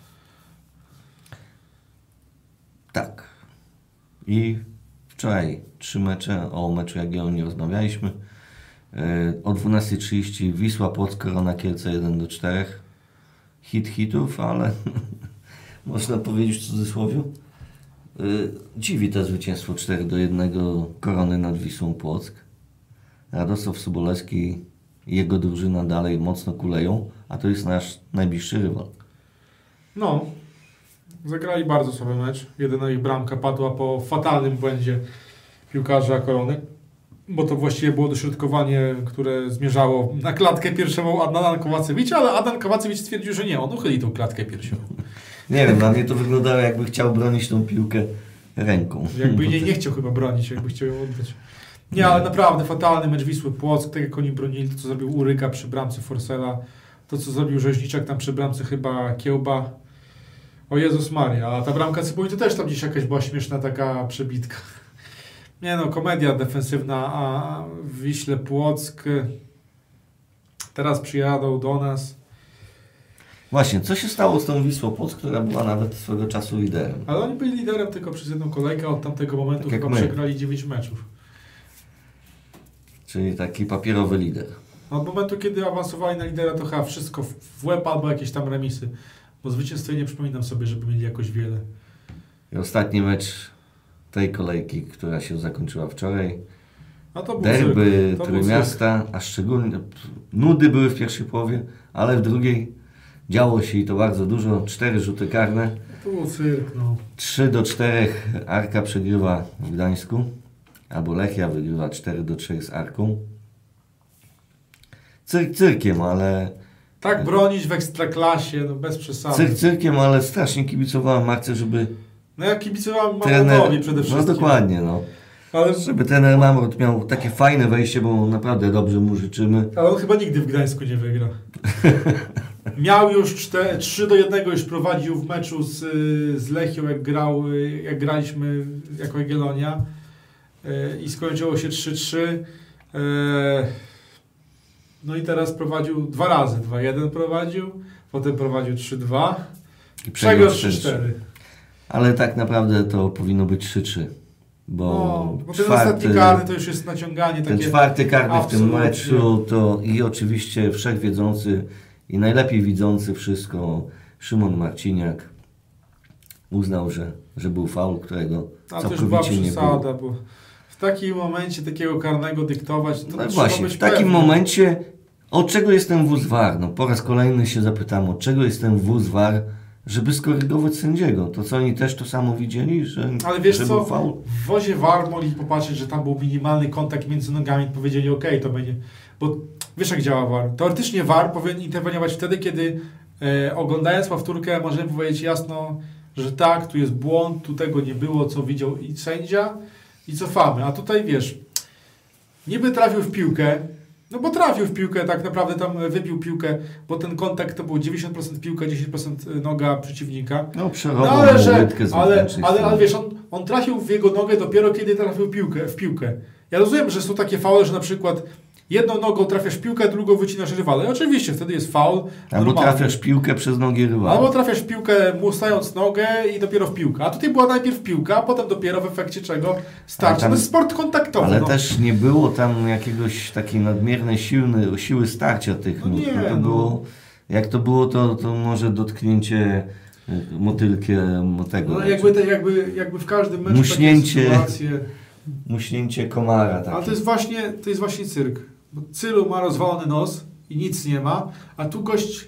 Tak. I wczoraj trzy mecze, o meczu Jagiellonii nie rozmawialiśmy. Yy, o dwunastej trzydzieści Wisła Płock Korona Kielce jeden do czterech. Hit hitów, ale można powiedzieć w cudzysłowie. Yy, dziwi to zwycięstwo cztery do jednego Korony nad Wisłą Płock. Radosław Sobolewski i jego drużyna dalej mocno kuleją, a to jest nasz najbliższy rywal. No, zagrali bardzo słaby mecz. Jedyna ich bramka padła po fatalnym błędzie piłkarza Korony, bo to właściwie było dośrodkowanie, które zmierzało na klatkę piersiową Adana Kowacewicza, ale Adam Kowacewicz stwierdził, że nie, on uchyli tą klatkę piersiową. Nie wiem, dla mnie to wyglądało, jakby chciał bronić tą piłkę ręką. Jakby nie, nie chciał chyba bronić, jakby chciał ją oddać. Nie, ale naprawdę fatalny mecz Wisły Płock, tak jak oni bronili, to co zrobił Uryka przy bramce Forsela, to co zrobił Rzeźniczak tam przy bramce chyba Kiełba. O Jezus Maria, a ta bramka Cybuły to też tam gdzieś jakaś była śmieszna taka przebitka. Nie no, komedia defensywna, a w Wiśle Płock teraz przyjadą do nas. Właśnie, co się stało z tą Wisłą Płock, która była nawet swego czasu liderem? Ale oni byli liderem tylko przez jedną kolejkę, od tamtego momentu Tak jak chyba my. przegrali dziewięć meczów. Czyli taki papierowy lider. Od momentu, kiedy awansowali na lidera, to chyba wszystko w- w łeb albo jakieś tam remisy. Bo zwycięstwo nie przypominam sobie, żeby mieli jakoś wiele. I ostatni mecz tej kolejki, która się zakończyła wczoraj. A to był Derby cyrk. To był Trójmiasta, a szczególnie nudy były w pierwszej połowie, ale w drugiej działo się i to bardzo dużo. Cztery rzuty karne. cyrk. To był cyrk, no. trzy do czterech Arka przegrywa w Gdańsku. Albo Lechia wygrywa cztery do trzech z Arką. Cyrk cyrkiem, ale... Tak bronić w Ekstraklasie, no bez przesady. Cyrk cyrkiem, ale strasznie kibicowałem Marce, żeby No ja kibicowałem trener... Mamrotowi przede wszystkim. No dokładnie, no. Ale, Żeby trener Mamrot miał takie fajne wejście, bo naprawdę dobrze mu życzymy. ale on chyba nigdy w Gdańsku nie wygra. Miał już cztery, trzy do jednego już prowadził w meczu z, z Lechią, jak, grał, jak graliśmy jako Jagiellonia. E, I skończyło się trzy trzy. E, no i teraz prowadził dwa razy. dwa jeden prowadził, potem prowadził trzy dwa. I Przegrał trzy trzy cztery. Ale tak naprawdę to powinno być trzy trzy. Bo, no, bo ten czwarty, ostatni karny to już jest naciąganie ten takie... czwarty karny w tym absolutnie. meczu to i oczywiście wszechwiedzący i najlepiej widzący wszystko Szymon Marciniak uznał, że, że był faul, którego A to już była całkowicie nie przesada, było. bo w takim momencie takiego karnego dyktować, to No trzeba właśnie, być w takim pewnym. momencie od czego jest ten wóz V A R? No po raz kolejny się zapytam, od czego jest ten wóz V A R, żeby skorygować sędziego? To co, oni też to samo widzieli, że, Ale wiesz że co, był faul? w wozie V A R mogli popatrzeć, że tam był minimalny kontakt między nogami i powiedzieli ok, to będzie, bo wiesz jak działa V A R. Teoretycznie V A R powinien interweniować wtedy, kiedy e, oglądając powtórkę możemy powiedzieć jasno, że tak, tu jest błąd, tu tego nie było, co widział i sędzia i cofamy. A tutaj wiesz, niby trafił w piłkę, no bo trafił w piłkę, tak naprawdę tam wybił piłkę, bo ten kontakt to był dziewięćdziesiąt procent piłka, dziesięć procent noga przeciwnika. No No przerobał ale, mu że, łydkę z ale, wewnętrznej ale, strony. ale wiesz, on, on trafił w jego nogę dopiero kiedy trafił piłkę, w piłkę. Ja rozumiem, że są takie faule, że na przykład jedną nogą trafiasz w piłkę, drugą wycinasz rywala. I oczywiście wtedy jest faul. Albo normalny. trafiasz piłkę przez nogi rywala. Albo trafiasz w piłkę, musając nogę i dopiero w piłkę. A tutaj była najpierw piłka, a potem dopiero w efekcie czego starczy. tam- To jest sport kontaktowy. Ale no. też nie było tam jakiegoś takiej nadmiernej siły, siły starcia tych No nóg. nie, No to no. było, jak to było, to, to może dotknięcie y, motylkiem tego. No, jakby, te, jakby, jakby w każdym meczu Muśnięcie. takie sytuacje. Muśnięcie komara. Takie. Ale to jest właśnie, to jest właśnie cyrk. Bo Cylu ma rozwalony nos i nic nie ma, a tu gość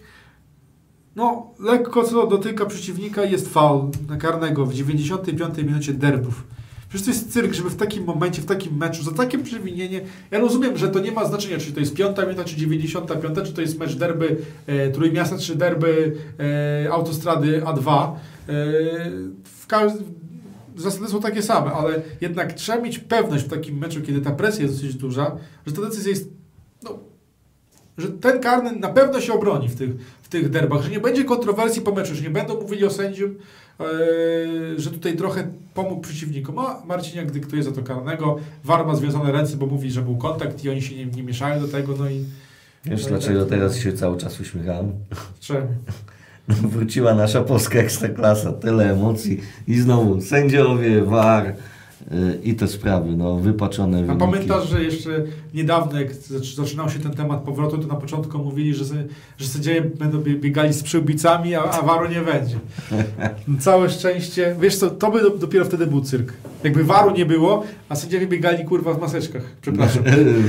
no lekko co dotyka przeciwnika i jest faul na karnego w dziewięćdziesiątej piątej minucie derbów. Przecież to jest cyrk, żeby w takim momencie, w takim meczu, za takie przewinienie, ja rozumiem, że to nie ma znaczenia, czy to jest piąta minuta, czy dziewięćdziesiąta piąta, czy to jest mecz derby e, Trójmiasta, czy derby e, Autostrady A dwa. E, w każdym Zasady są takie same, ale jednak trzeba mieć pewność w takim meczu, kiedy ta presja jest dosyć duża, że ta decyzja jest, no, że ten karny na pewno się obroni w tych, w tych derbach, że nie będzie kontrowersji po meczu, że nie będą mówili o sędzium, yy, że tutaj trochę pomógł przeciwnikom. A Marciniak dyktuje za to karnego, V A R ma związane ręce, bo mówi, że był kontakt i oni się nie, nie mieszają do tego, no i... Wiesz no i dlaczego tak, teraz się cały czas uśmiechałem? Czemu? No, wróciła nasza polska ekstraklasa, tyle emocji i znowu sędziowie, V A R y, i te sprawy, no wypaczone A wyniki. pamiętasz, że jeszcze niedawno, jak zac- zaczynał się ten temat powrotu, to na początku mówili, że, se- że sędziowie będą bie- biegali z przyłbicami, a, a V A R-u nie będzie. Całe szczęście. Wiesz co, to by do, dopiero wtedy był cyrk. Jakby V A R-u nie było, a sędziowie biegali kurwa w maseczkach. Przepraszam.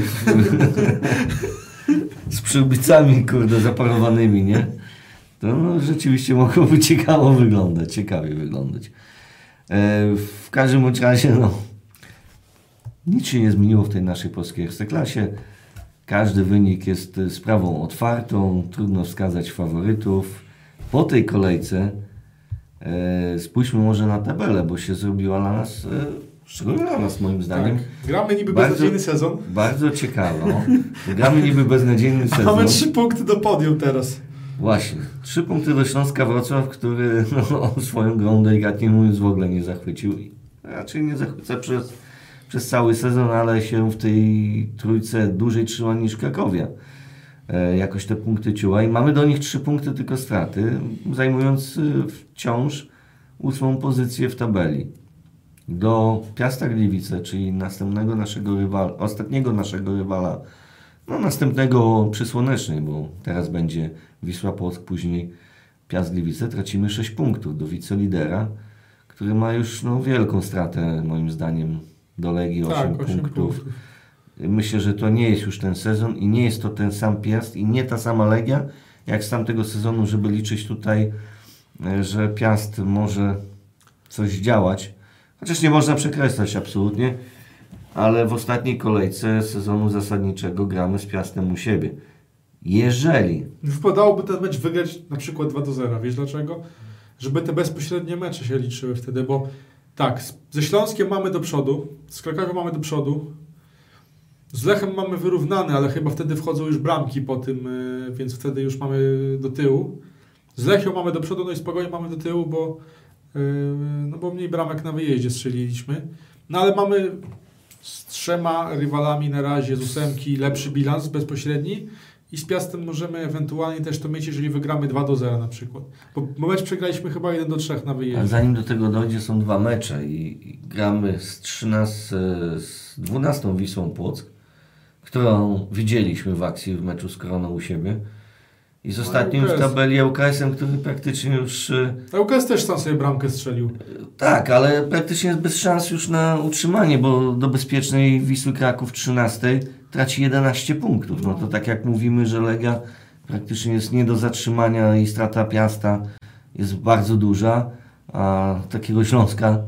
Z przyłbicami, kurde, zaparowanymi, nie? To no, rzeczywiście mogłoby ciekawo wyglądać, ciekawie wyglądać. E, w każdym bądź razie, no, nic się nie zmieniło w tej naszej polskiej ekstraklasie. Każdy wynik jest sprawą otwartą, trudno wskazać faworytów. Po tej kolejce e, spójrzmy może na tabelę, bo się zrobiła dla nas, e, szczególnie dla nas moim zdaniem, Tak. Gramy niby Bardzo- beznadziejny sezon, bardzo ciekawo. Gramy niby beznadziejny a sezon. mamy trzy punkty do podium teraz. Właśnie. Trzy punkty do Śląska Wrocław, który no, swoją grą delikatnie mówiąc w ogóle nie zachwycił. Raczej nie zachwyca przez, przez cały sezon, ale się w tej trójce dłużej trzyma niż Krakowia. E, jakoś te punkty ciuła i mamy do nich trzy punkty tylko straty, zajmując y, wciąż ósmą pozycję w tabeli. Do Piasta Gliwice, czyli następnego naszego rywala, ostatniego naszego rywala, no następnego przy Słonecznej, bo teraz będzie Wisła Płock, później Piast Gliwice, tracimy sześć punktów do wicelidera, który ma już no, wielką stratę moim zdaniem do Legii, osiem Tak, osiem punktów. punktów. Myślę, że to nie jest już ten sezon i nie jest to ten sam Piast i nie ta sama Legia, jak z tamtego sezonu, żeby liczyć tutaj, e, że Piast może coś działać. Chociaż nie można przekreślać absolutnie, ale w ostatniej kolejce sezonu zasadniczego gramy z Piastem u siebie. Jeżeli, Wypadałoby ten mecz wygrać na przykład dwa do zera. Wiesz dlaczego? Żeby te bezpośrednie mecze się liczyły wtedy, bo tak, z- ze Śląskiem mamy do przodu, z Krakowią mamy do przodu, z Lechem mamy wyrównane, ale chyba wtedy wchodzą już bramki po tym, yy, więc wtedy już mamy do tyłu. Z Lechią mamy do przodu, no i z Pogonią mamy do tyłu, bo, yy, no bo mniej bramek na wyjeździe strzeliliśmy. No ale mamy z trzema rywalami na razie z ósemki lepszy bilans bezpośredni i z Piastem możemy ewentualnie też to mieć, jeżeli wygramy dwa do zera na przykład. Bo, bo mecz przegraliśmy chyba jeden do trzech na wyjeździe. Ale zanim do tego dojdzie, są dwa mecze i, i gramy z, trzynastą, z dwunastą Wisłą Płock, którą widzieliśmy w akcji w meczu z Koroną u siebie. I z ostatnim w tabeli L K S-em, który praktycznie już... L K S też tam sobie bramkę strzelił. Tak, ale praktycznie jest bez szans już na utrzymanie, bo do bezpiecznej Wisły Kraków trzynastej traci jedenaście punktów. No to tak jak mówimy, że Legia praktycznie jest nie do zatrzymania i strata Piasta jest bardzo duża, a takiego Śląska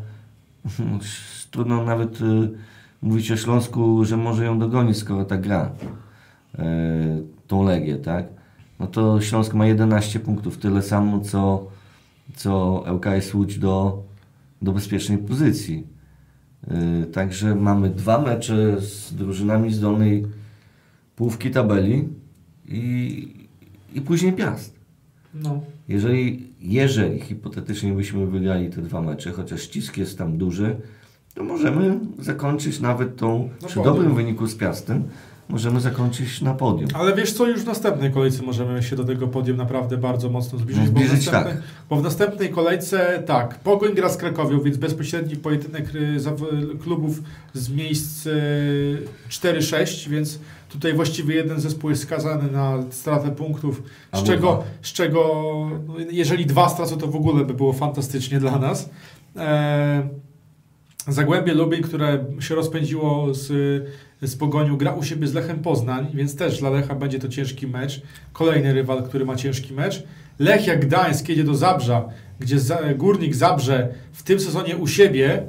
trudno nawet y, mówić o Śląsku, że może ją dogonić, skoro tak gra y, tą Legię, tak? No to Śląsk ma jedenaście punktów, tyle samo co, co L K S Łódź do, do bezpiecznej pozycji. Yy, także mamy dwa mecze z drużynami z dolnej połówki tabeli i, i później Piast. No. Jeżeli, jeżeli hipotetycznie byśmy wygrali te dwa mecze, chociaż ścisk jest tam duży, to możemy zakończyć nawet tą, na przy podium. dobrym wyniku z Piastem, możemy zakończyć na podium. Ale wiesz co, już w następnej kolejce możemy się do tego podium naprawdę bardzo mocno zbliżyć. No, zbliżyć, bo, w tak. bo w następnej kolejce, tak, Pogoń gra z Krakowią, więc bezpośredni pojedynek y, za, klubów z miejsc y, cztery sześć, więc tutaj właściwie jeden zespół jest skazany na stratę punktów, z czego, z czego no, jeżeli dwa stracą, to w ogóle by było fantastycznie dla nas. E, Zagłębie Lubień, które się rozpędziło z, z Pogonią, gra u siebie z Lechem Poznań, więc też dla Lecha będzie to ciężki mecz. Kolejny rywal, który ma ciężki mecz. Lechia Gdańsk jedzie do Zabrza, gdzie za, Górnik Zabrze w tym sezonie u siebie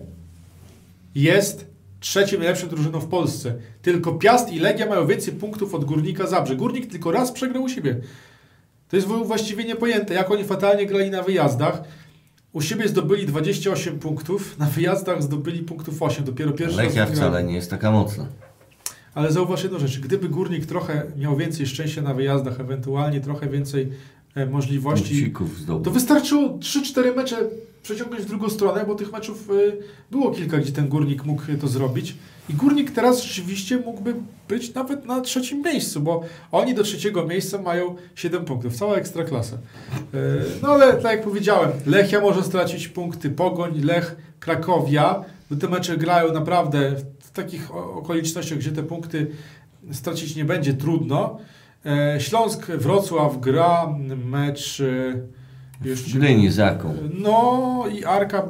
jest trzecim najlepszym drużyną w Polsce. Tylko Piast i Legia mają więcej punktów od Górnika Zabrze. Górnik tylko raz przegrał u siebie. To jest właściwie niepojęte, jak oni fatalnie grali na wyjazdach. U siebie zdobyli dwadzieścia osiem punktów, na wyjazdach zdobyli punktów osiem. Dopiero pierwszy Lechia raz wcale nie jest taka mocna. Ale zauważ jedną rzecz, gdyby Górnik trochę miał więcej szczęścia na wyjazdach, ewentualnie trochę więcej e, możliwości, to wystarczyło trzy cztery mecze przeciągnąć w drugą stronę, bo tych meczów e, było kilka, gdzie ten Górnik mógł to zrobić. I Górnik teraz rzeczywiście mógłby być nawet na trzecim miejscu, bo oni do trzeciego miejsca mają siedem punktów, cała ekstraklasa. E, no ale tak jak powiedziałem, Lechia może stracić punkty, Pogoń, Lech, Krakowia, bo te mecze grają naprawdę w takich okolicznościach, gdzie te punkty stracić nie będzie trudno. E, Śląsk, Wrocław gra mecz e, w Gdyni z Arką. No i Arka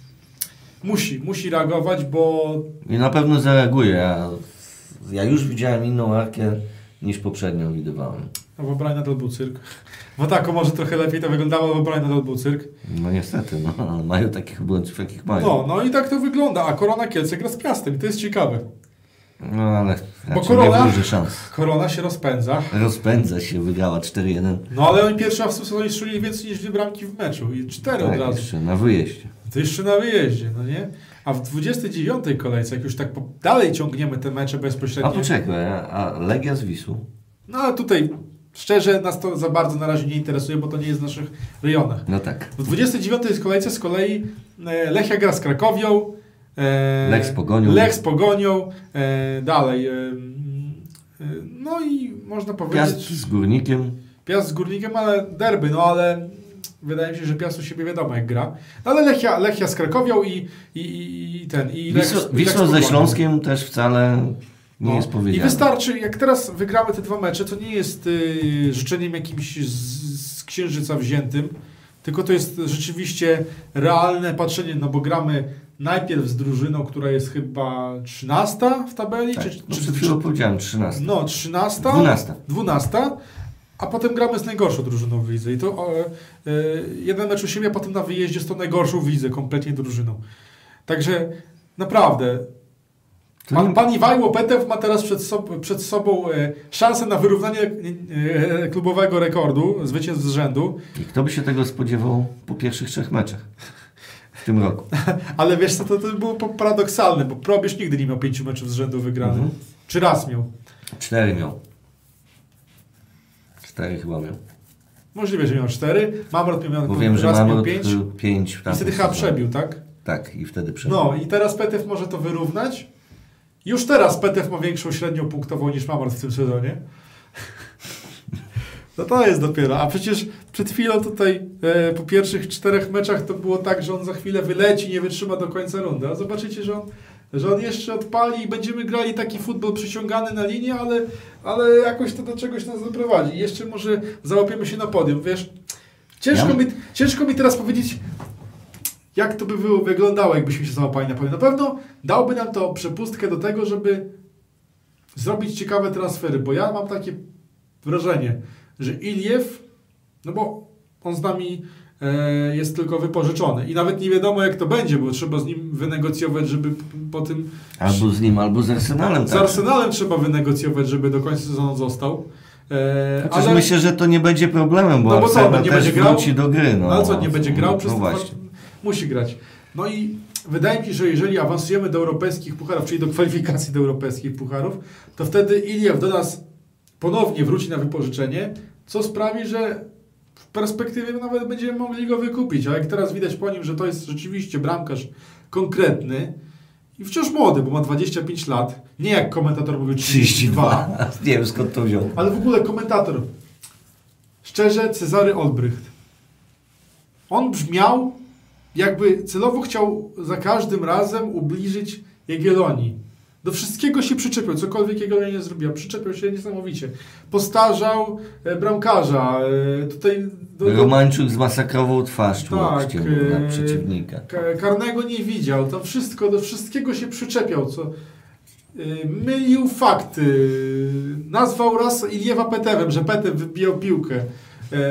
musi, musi reagować, bo... I na pewno zareaguje. Ja, ja już widziałem inną Arkę niż poprzednią widywałem. No w obronie nadal był cyrk. W ataku może trochę lepiej to wyglądało, w obronie nadal był cyrk. No niestety, no, ale mają takich obrońców, jakich mają. No, no i tak to wygląda, a Korona Kielce gra z Piastem i to jest ciekawe. No ale bo Korona, nie wróży szans. Korona się rozpędza. Rozpędza się, wygrała cztery jeden. No ale oni pierwszy raz w tym sezonie strzelili więcej niż dwie bramki w meczu i cztery tak, od razu. jeszcze na wyjeździe. To jeszcze na wyjeździe, no nie? A w dwudziestej dziewiątej kolejce, jak już tak po, dalej ciągniemy te mecze bezpośrednio... A poczekaj, a Legia z Wisłą? No ale tutaj szczerze nas to za bardzo na razie nie interesuje, bo to nie jest w naszych rejonach. No tak. W dwudziestej dziewiątej kolejce z kolei e, Lechia gra z Krakowią, e, Lech z Pogonią. Lech z Pogonią, e, dalej. E, e, no i można powiedzieć... Piast z Górnikiem. Piast z Górnikiem, ale derby, no ale wydaje mi się, że Piast u siebie wiadomo jak gra. No, ale Lechia, Lechia z Krakowią i, i, i ten... I Wisło, Lech, Wisło Lech ze Śląskiem też wcale nie no. jest powiedziane. I wystarczy, jak teraz wygramy te dwa mecze, to nie jest y, życzeniem jakimś z, z księżyca wziętym, tylko to jest rzeczywiście realne patrzenie, no bo gramy najpierw z drużyną, która jest chyba trzynasta w tabeli, tak, czy, no czy, przed czy chwilą powiedziałem trzynasta. No, trzynasta. dwunasta. dwunasta. A potem gramy z najgorszą drużyną w lidze. I to o, e, jeden mecz u siebie, a potem na wyjeździe z tą najgorszą w lidze, kompletnie drużyną. Także naprawdę pan, pan Iwajło Petew ma teraz przed, so, przed sobą e, szansę na wyrównanie e, klubowego rekordu zwycięstw z rzędu. I kto by się tego spodziewał po pierwszych trzech meczach w tym roku? Ale wiesz co, to, to było paradoksalne, bo Probierz nigdy nie miał pięciu meczów z rzędu wygranych. Mhm. Czy raz miał? Cztery miał. Cztery chyba miał. Możliwe, że miał cztery. Mamrot miał, Bo wiem, że raz miał Mamrot pięć. pięć I wtedy chyba przebił, tak? Tak, i wtedy przebił. No i teraz Petew może to wyrównać. Już teraz Petew ma większą średnią punktową niż Mamrot w tym sezonie. No to jest dopiero. A przecież przed chwilą tutaj e, po pierwszych czterech meczach to było tak, że on za chwilę wyleci, nie wytrzyma do końca rundy. A zobaczycie, że on, że on jeszcze odpali i będziemy grali taki futbol przyciągany na linię, ale, ale jakoś to do czegoś nas doprowadzi. I jeszcze może załapiemy się na podium. Wiesz, ciężko, ja... mi, ciężko mi teraz powiedzieć, jak to by było, wyglądało, jakbyśmy się załapali na podium. Na pewno dałby nam to przepustkę do tego, żeby zrobić ciekawe transfery, bo ja mam takie wrażenie, że Iliew, no bo on z nami e, jest tylko wypożyczony i nawet nie wiadomo jak to będzie, bo trzeba z nim wynegocjować, żeby po tym... Albo z nim, albo z Arsenalem. Z tak. Arsenalem trzeba wynegocjować, żeby do końca sezonu został. E, Chociaż ale... myślę, że to nie będzie problemem, bo, no bo co, Arsenal nie też będzie grał? wróci do gry. No, no ale co, nie będzie grał? No, Przez no to właśnie. musi grać. No i wydaje mi się, że jeżeli awansujemy do europejskich pucharów, czyli do kwalifikacji do europejskich pucharów, to wtedy Iliew do nas ponownie wróci na wypożyczenie, co sprawi, że w perspektywie nawet będziemy mogli go wykupić. A jak teraz widać po nim, że to jest rzeczywiście bramkarz konkretny i wciąż młody, bo ma dwadzieścia pięć lat. Nie jak komentator mówił trzydzieści dwa. Nie wiem skąd to wziął. Ale w ogóle komentator. Szczerze, Cezary Olbrycht. On brzmiał, jakby celowo chciał za każdym razem ubliżyć Jagiellonii. Do wszystkiego się przyczepiał, cokolwiek Jagiellonia nie zrobiła. Przyczepiał się niesamowicie. Postarzał e, bramkarza. E, tutaj do, do... Romańczuk zmasakrował twarz tak, łokciem e, na przeciwnika. Karnego nie widział. Tam wszystko, do wszystkiego się przyczepiał. Co, e, mylił fakty. Nazwał raz Iliewa Petewem, że Petew wybijał piłkę. E,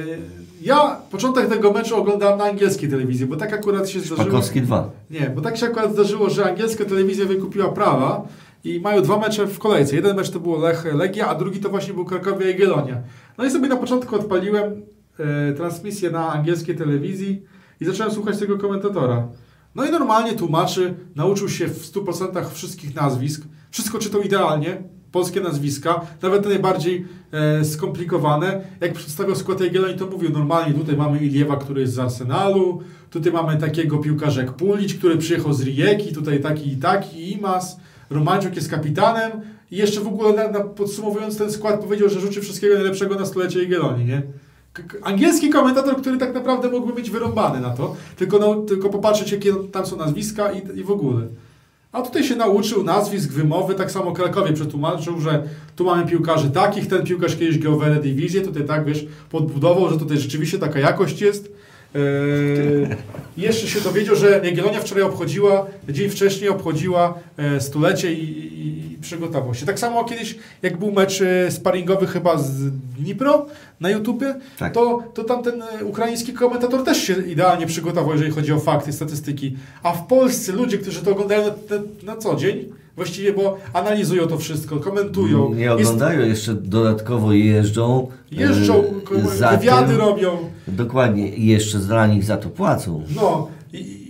Ja początek tego meczu oglądałem na angielskiej telewizji, bo tak akurat się zdarzyło... Szpakowski dwa. Nie, bo tak się akurat zdarzyło, że angielska telewizja wykupiła prawa i mają dwa mecze w kolejce. Jeden mecz to było Lech Legia, a drugi to właśnie był Krakowia Jagiellonia. No i sobie na początku odpaliłem e, transmisję na angielskiej telewizji i zacząłem słuchać tego komentatora. No i normalnie tłumaczy, nauczył się w stu procentach wszystkich nazwisk, wszystko czytał idealnie, polskie nazwiska, nawet te najbardziej e, skomplikowane. Jak przedstawiał skład Jagiellonii, to mówił normalnie, tutaj mamy Iliewa, który jest z Arsenalu, tutaj mamy takiego piłkarza jak Pulić, który przyjechał z Rijeki, tutaj taki i taki, Imas, Romańczuk jest kapitanem i jeszcze w ogóle na, na podsumowując ten skład powiedział, że życzy wszystkiego najlepszego na stulecie Jagiellonii, nie? Angielski komentator, który tak naprawdę mógłby być wyrąbany na to, tylko, no, tylko popatrzeć, jakie tam są nazwiska i, i w ogóle. A tutaj się nauczył nazwisk, wymowy, tak samo Krakowie przetłumaczył, że tu mamy piłkarzy takich, ten piłkarz kiedyś grał w Eredivisie, tutaj tak, wiesz, podbudował, że tutaj rzeczywiście taka jakość jest. Eee, jeszcze się dowiedział, że Jagiellonia wczoraj obchodziła, dzień wcześniej obchodziła e, stulecie i, i, i przygotował się. Tak samo kiedyś, jak był mecz e, sparingowy chyba z Dnipro na YouTubie, tak. to, to tam ten e, ukraiński komentator też się idealnie przygotował, jeżeli chodzi o fakty, statystyki. A w Polsce ludzie, którzy to oglądają na, na, na co dzień, właściwie, bo analizują to wszystko, komentują. Nie oglądają, jest... jeszcze dodatkowo jeżdżą. Jeżdżą, e, wywiady tym, robią. Dokładnie, i jeszcze dla nich za to płacą. No i,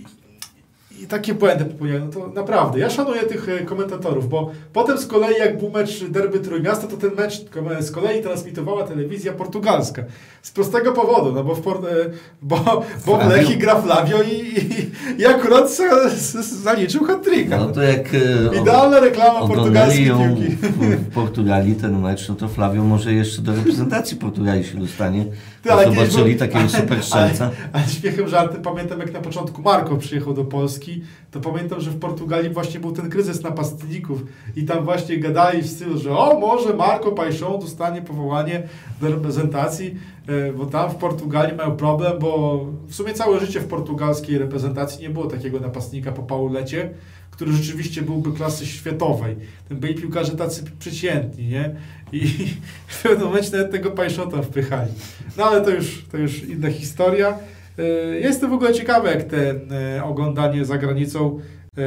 i takie błędy popełniają. No to naprawdę, ja szanuję tych komentatorów, bo potem z kolei jak był mecz derby Trójmiasta, to ten mecz z kolei transmitowała telewizja portugalska. Z prostego powodu, no bo w, Port- bo, bo w Lechii gra Flavio i, i, i akurat z, z, zaliczył hat-tricka. No to jak idealna reklama portugalskiej piłki. W, w Portugalii ten mecz, no to Flavio może jeszcze do reprezentacji Portugalii się dostanie. Ty, ale zobaczyli bo, takiego super strzelca. Ale, ale śmiechem żartem, pamiętam jak na początku Marco przyjechał do Polski, to pamiętam, że w Portugalii właśnie był ten kryzys napastników i tam właśnie gadali w stylu, że o, może Marco Paixão dostanie powołanie do reprezentacji, bo tam w Portugalii mają problem, bo w sumie całe życie w portugalskiej reprezentacji nie było takiego napastnika po Paulecie, który rzeczywiście byłby klasy światowej. Ten byli piłkarze tacy przeciętni, nie? I w pewnym momencie nawet tego Paixão wpychali. No ale to już, to już inna historia. Jest to w ogóle ciekawe, jak te oglądanie za granicą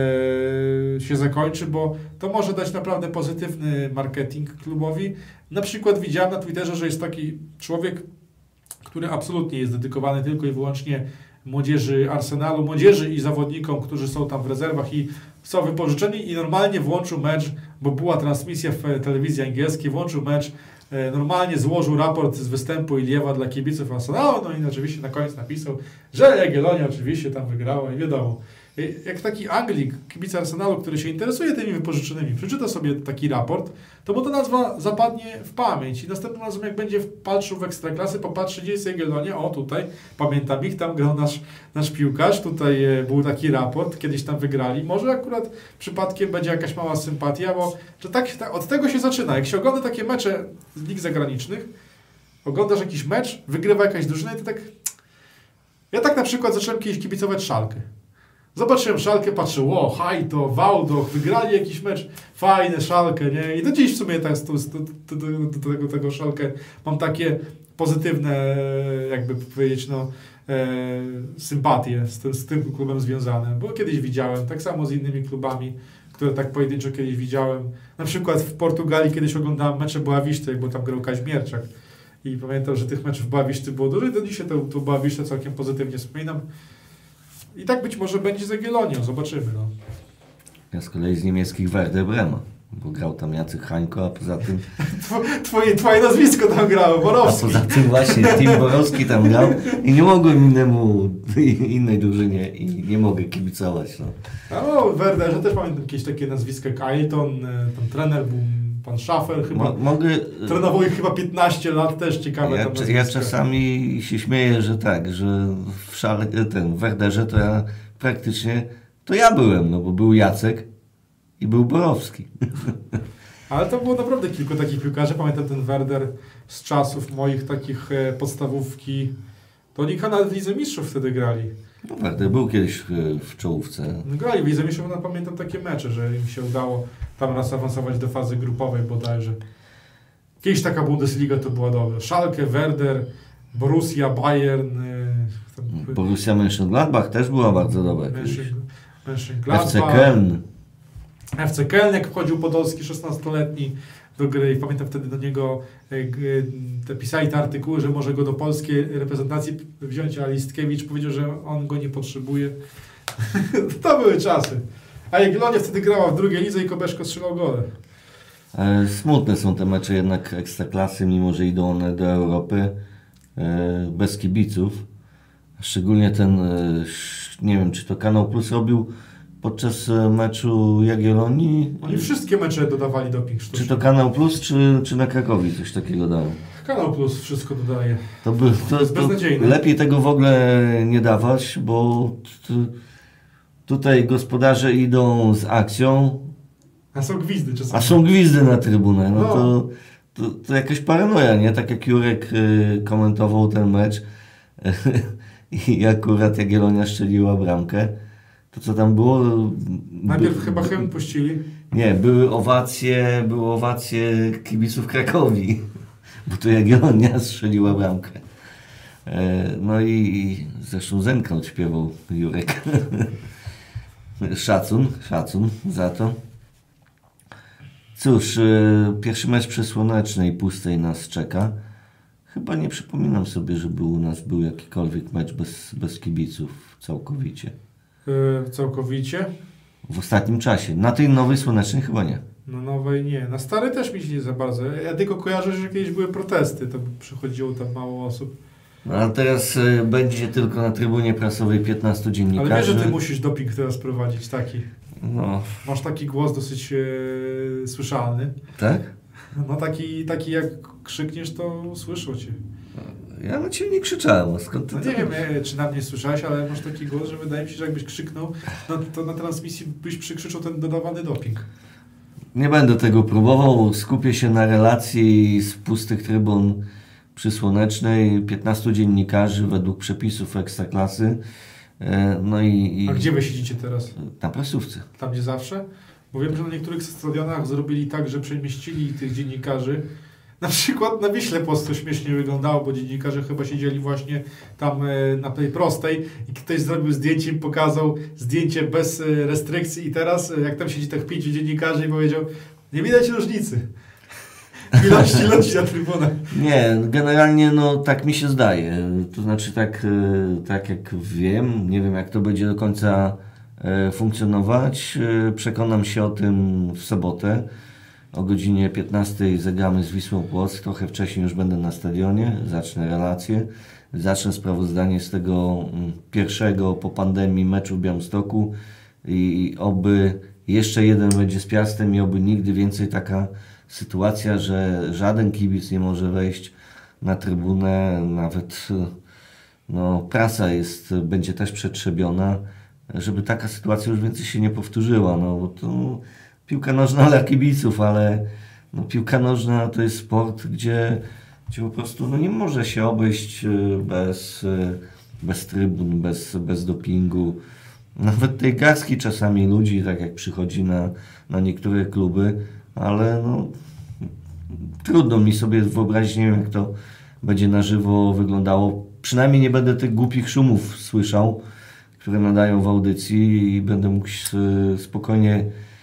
się zakończy, bo to może dać naprawdę pozytywny marketing klubowi. Na przykład widziałem na Twitterze, że jest taki człowiek, który absolutnie jest dedykowany tylko i wyłącznie młodzieży Arsenalu, młodzieży i zawodnikom, którzy są tam w rezerwach i są wypożyczeni i normalnie włączył mecz, bo była transmisja w telewizji angielskiej, włączył mecz, normalnie złożył raport z występu Iliewa dla kibiców Arsenalu, no i oczywiście na koniec napisał, że Jagiellonia oczywiście tam wygrała i wiadomo. Jak taki Anglik, kibic Arsenalu, który się interesuje tymi wypożyczonymi, przeczyta sobie taki raport, to mu ta nazwa zapadnie w pamięć i następnym razem jak będzie patrzył w Ekstraklasy, popatrzy, gdzie jest Jagiellonia, o tutaj, pamiętam ich, tam grał nasz, nasz piłkarz, tutaj był taki raport, kiedyś tam wygrali, może akurat przypadkiem będzie jakaś mała sympatia, bo że tak, tak, od tego się zaczyna, jak się ogląda takie mecze z lig zagranicznych, oglądasz jakiś mecz, wygrywa jakaś drużyna i to tak... Ja tak na przykład zacząłem kiedyś kibicować Szalkę. Zobaczyłem Szalkę, patrzę, o, Hajto, Wałdoch, wygrali jakiś mecz, fajne Szalkę, nie? I do dziś w sumie tak, do, do, do, do tego, tego Szalkę mam takie pozytywne, jakby powiedzieć, no, e, sympatie z, tym, z tym klubem związane, bo kiedyś widziałem, tak samo z innymi klubami, które tak pojedynczo kiedyś widziałem. Na przykład w Portugalii kiedyś oglądałem mecze Boaviszty, bo tam grał Kaźmierczak. I pamiętam, że tych meczów Boaviszty było dużo i do dzisiaj to, to Boavisztę całkiem pozytywnie wspominam. I tak być może będzie z Jagiellonią, zobaczymy. No. Ja z kolei z niemieckich Werder Brema, bo grał tam Jacek Hańko, a poza tym... Twoje, twoje nazwisko tam grało, Borowski. A poza tym właśnie Tim Borowski tam grał i nie mogłem innemu, innej drużynie i nie mogę kibicować. No. No, w Werderze też pamiętam jakieś takie nazwiska, jak Ailton, tam trener był pan Schaffer, chyba Mo, mogę, trenował ich chyba piętnaście lat, też ciekawe ja, tam nazwiska. ja czasami się śmieję, że tak, że w szale, ten, w Werderze to ja praktycznie, to ja byłem, no bo był Jacek i był Borowski. Ale to było naprawdę kilku takich piłkarzy. Pamiętam ten Werder z czasów moich takich e, podstawówki. To oni chyba nawet w Lidze Mistrzów wtedy grali. No Werder był kiedyś w czołówce. No, grali w Lidze Mistrzów, no, pamiętam takie mecze, że im się udało tam raz awansować do fazy grupowej bodajże. Kiedyś taka Bundesliga to była dobra. Schalke, Werder, Borussia, Bayern. E, tam, Borussia Mönchengladbach też była bardzo dobra. Mönchengladbach. F C Köln. F C Köln, jak wchodził Podolski szesnastoletni do gry i pamiętam wtedy do niego e, te, pisali te artykuły, że może go do polskiej reprezentacji wziąć, a Listkiewicz powiedział, że on go nie potrzebuje. To były czasy. A Jagiellonia wtedy grała w drugiej lidze i Kobeszko strzelał gole. E, smutne są te mecze jednak Ekstraklasy, mimo że idą one do Europy e, bez kibiców. Szczególnie ten, e, nie wiem czy to Kanał Plus robił podczas meczu Jagiellonii. Oni wszystkie mecze dodawali doping sztuczny. Czy to Kanał Plus, czy, czy na Krakowi coś takiego dało? Kanał Plus wszystko dodaje. To, by, to, jest to lepiej tego w ogóle nie dawać, bo t, tutaj gospodarze idą z akcją. A są gwizdy czasami. A są gwizdy na trybunę. No, no. To, to, to jakaś paranoja, nie? Tak jak Jurek y, komentował ten mecz i akurat Jagiellonia strzeliła bramkę. To co tam było? Najpierw By, chyba by, hymn puścili. Nie, były owacje, były owacje kibiców Krakowi, bo to Jagiellonia strzeliła bramkę. E, no i, i zresztą Zenka śpiewał Jurek. Szacun, szacun za to. Cóż, e, pierwszy mecz przy Słonecznej Pustej nas czeka. Chyba nie przypominam sobie, żeby u nas był jakikolwiek mecz bez, bez kibiców całkowicie. Yy, całkowicie? W ostatnim czasie. Na tej nowej Słonecznej chyba nie. Na nowej nie. Na starej też mi się nie za bardzo. Ja tylko kojarzę, że kiedyś były protesty, to przychodziło tam mało osób. No, a teraz y, będzie tylko na trybunie prasowej piętnastu dziennikarzy. Ale wiesz, że ty musisz doping teraz prowadzić taki. No. Masz taki głos dosyć e, słyszalny. Tak? No taki, taki jak krzykniesz, to słyszą cię. Ja na ciebie nie krzyczałem. A skąd ty No to nie wiem, e, czy na mnie słyszałeś, ale masz taki głos, że wydaje mi się, że jakbyś krzyknął, no, to na transmisji byś przykrzyczał ten dodawany doping. Nie będę tego próbował. Skupię się na relacji z pustych trybun przy Słonecznej. piętnastu dziennikarzy według przepisów Ekstraklasy. E, no i, i... A gdzie wy siedzicie teraz? Na prasówce. Tam, gdzie zawsze? Bo wiem, że na niektórych stadionach zrobili tak, że przemieścili tych dziennikarzy. Na przykład na Wiśle Post to śmiesznie wyglądało, bo dziennikarze chyba siedzieli właśnie tam e, na tej prostej i ktoś zrobił zdjęcie i pokazał zdjęcie bez e, restrykcji i teraz e, jak tam siedzi tak pięciu dziennikarzy i powiedział, nie widać różnicy w ilości ludzi na trybunach. Nie, generalnie no tak mi się zdaje. To znaczy tak, e, tak jak wiem, nie wiem jak to będzie do końca e, funkcjonować. E, przekonam się o tym w sobotę. O godzinie piętnastej zagramy z Wisłą Płock. Trochę wcześniej już będę na stadionie, zacznę relację. zacznę sprawozdanie z tego pierwszego po pandemii meczu w Białymstoku i oby jeszcze jeden będzie z Piastem i oby nigdy więcej taka sytuacja, że żaden kibic nie może wejść na trybunę, nawet no, prasa jest, będzie też przetrzebiona, żeby taka sytuacja już więcej się nie powtórzyła, no bo to piłka nożna dla kibiców, ale no, piłka nożna to jest sport, gdzie, gdzie po prostu no, nie może się obejść bez, bez trybun, bez, bez dopingu. Nawet tej garstki czasami ludzi, tak jak przychodzi na, na niektóre kluby, ale no, trudno mi sobie wyobrazić, nie wiem jak to będzie na żywo wyglądało. Przynajmniej nie będę tych głupich szumów słyszał, które nadają w audycji i będę mógł spokojnie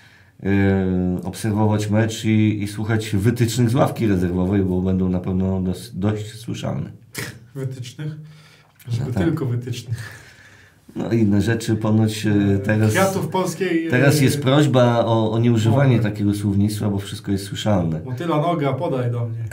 e, obserwować mecz i, i słuchać wytycznych z ławki rezerwowej, bo będą na pewno dość, dość słyszalne. Wytycznych? Żeby No tak. tylko wytycznych. No inne rzeczy ponoć e, teraz, Kwiatów polskiej... teraz jest prośba o, o nieużywanie mowy. takiego słownictwa, bo wszystko jest słyszalne. Motyla noga, podaj do mnie.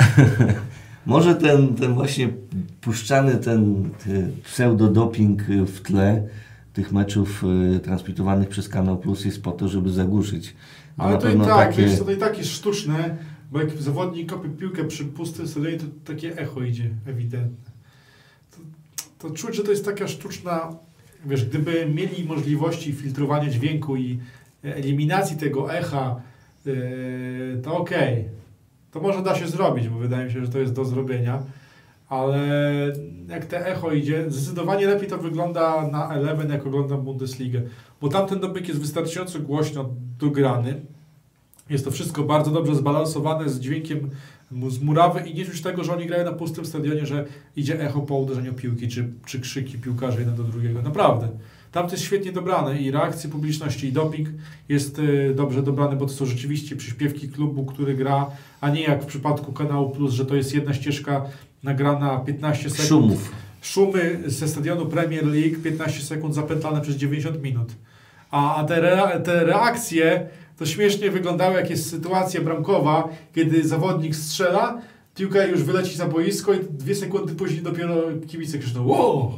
Może ten, ten właśnie puszczany ten pseudodoping w tle tych meczów y, transmitowanych przez Kanał Plus jest po to, żeby zagłuszyć. Bo Ale na to i pewno tak, takie... wiesz, to i tak jest sztuczne, bo jak zawodnik kopie piłkę przy pustym stadionie, to takie echo idzie, ewidentne. To, to czuć, że to jest taka sztuczna, wiesz, gdyby mieli możliwości filtrowania dźwięku i eliminacji tego echa, yy, to okej. Okay. To może da się zrobić, bo wydaje mi się, że to jest do zrobienia, ale jak te echo idzie, zdecydowanie lepiej to wygląda na Eleven, jak oglądam Bundesligę, bo tamten dobyk jest wystarczająco głośno dograny. Jest to wszystko bardzo dobrze zbalansowane z dźwiękiem z murawy i nie czuć tego, że oni grają na pustym stadionie, że idzie echo po uderzeniu piłki, czy, czy krzyki piłkarzy jeden do drugiego. Naprawdę. Tam to jest świetnie dobrane i reakcje publiczności i doping jest y, dobrze dobrany, bo to są rzeczywiście przyśpiewki klubu, który gra, a nie jak w przypadku Kanału Plus, że to jest jedna ścieżka nagrana piętnaście sekund. Szumów. Szumy ze stadionu Premier League, piętnaście sekund zapętlane przez dziewięćdziesiąt minut. A, a te, rea, te reakcje to śmiesznie wyglądały, jak jest sytuacja bramkowa, kiedy zawodnik strzela, piłka już wyleci za boisko i dwie sekundy później dopiero kibice krzyczą wow!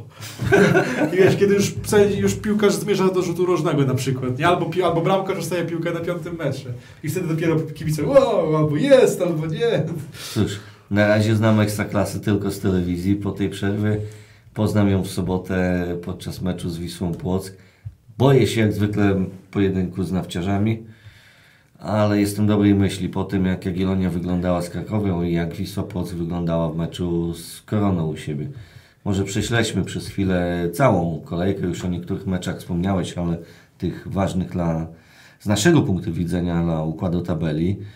I wiesz, kiedy już, już piłkarz zmierza do rzutu rożnego na przykład, nie? Albo, albo bramkarz dostaje piłkę na piątym metrze. I wtedy dopiero kibice wow! Albo jest, albo nie. Cóż, na razie znam Ekstraklasy tylko z telewizji. Po tej przerwie poznam ją w sobotę podczas meczu z Wisłą Płock. Boję się jak zwykle pojedynku z nawciarzami, ale jestem dobrej myśli po tym, jak Jagiellonia wyglądała z Krakowią i jak Wisła Płock wyglądała w meczu z Koroną u siebie. Może prześledźmy przez chwilę całą kolejkę, już o niektórych meczach wspomniałeś, ale tych ważnych dla, z naszego punktu widzenia dla układu tabeli, yy,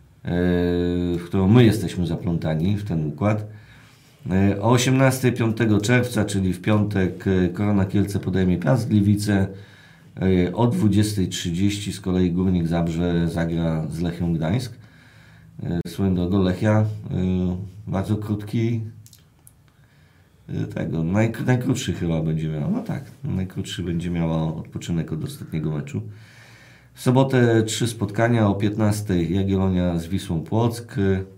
w którą my jesteśmy zaplątani w ten układ. Yy, o osiemnastej piątego czerwca, czyli w piątek, Korona Kielce podejmie Piast Gliwice. O dwudziestej trzydzieści z kolei Górnik Zabrze zagra z Lechią Gdańsk. Swoją drogą Lechia bardzo krótki, tego, naj, najkrótszy chyba będzie miała, no tak, najkrótszy będzie miała odpoczynek od ostatniego meczu. W sobotę trzy spotkania, o piętnastej Jagiellonia z Wisłą Płock.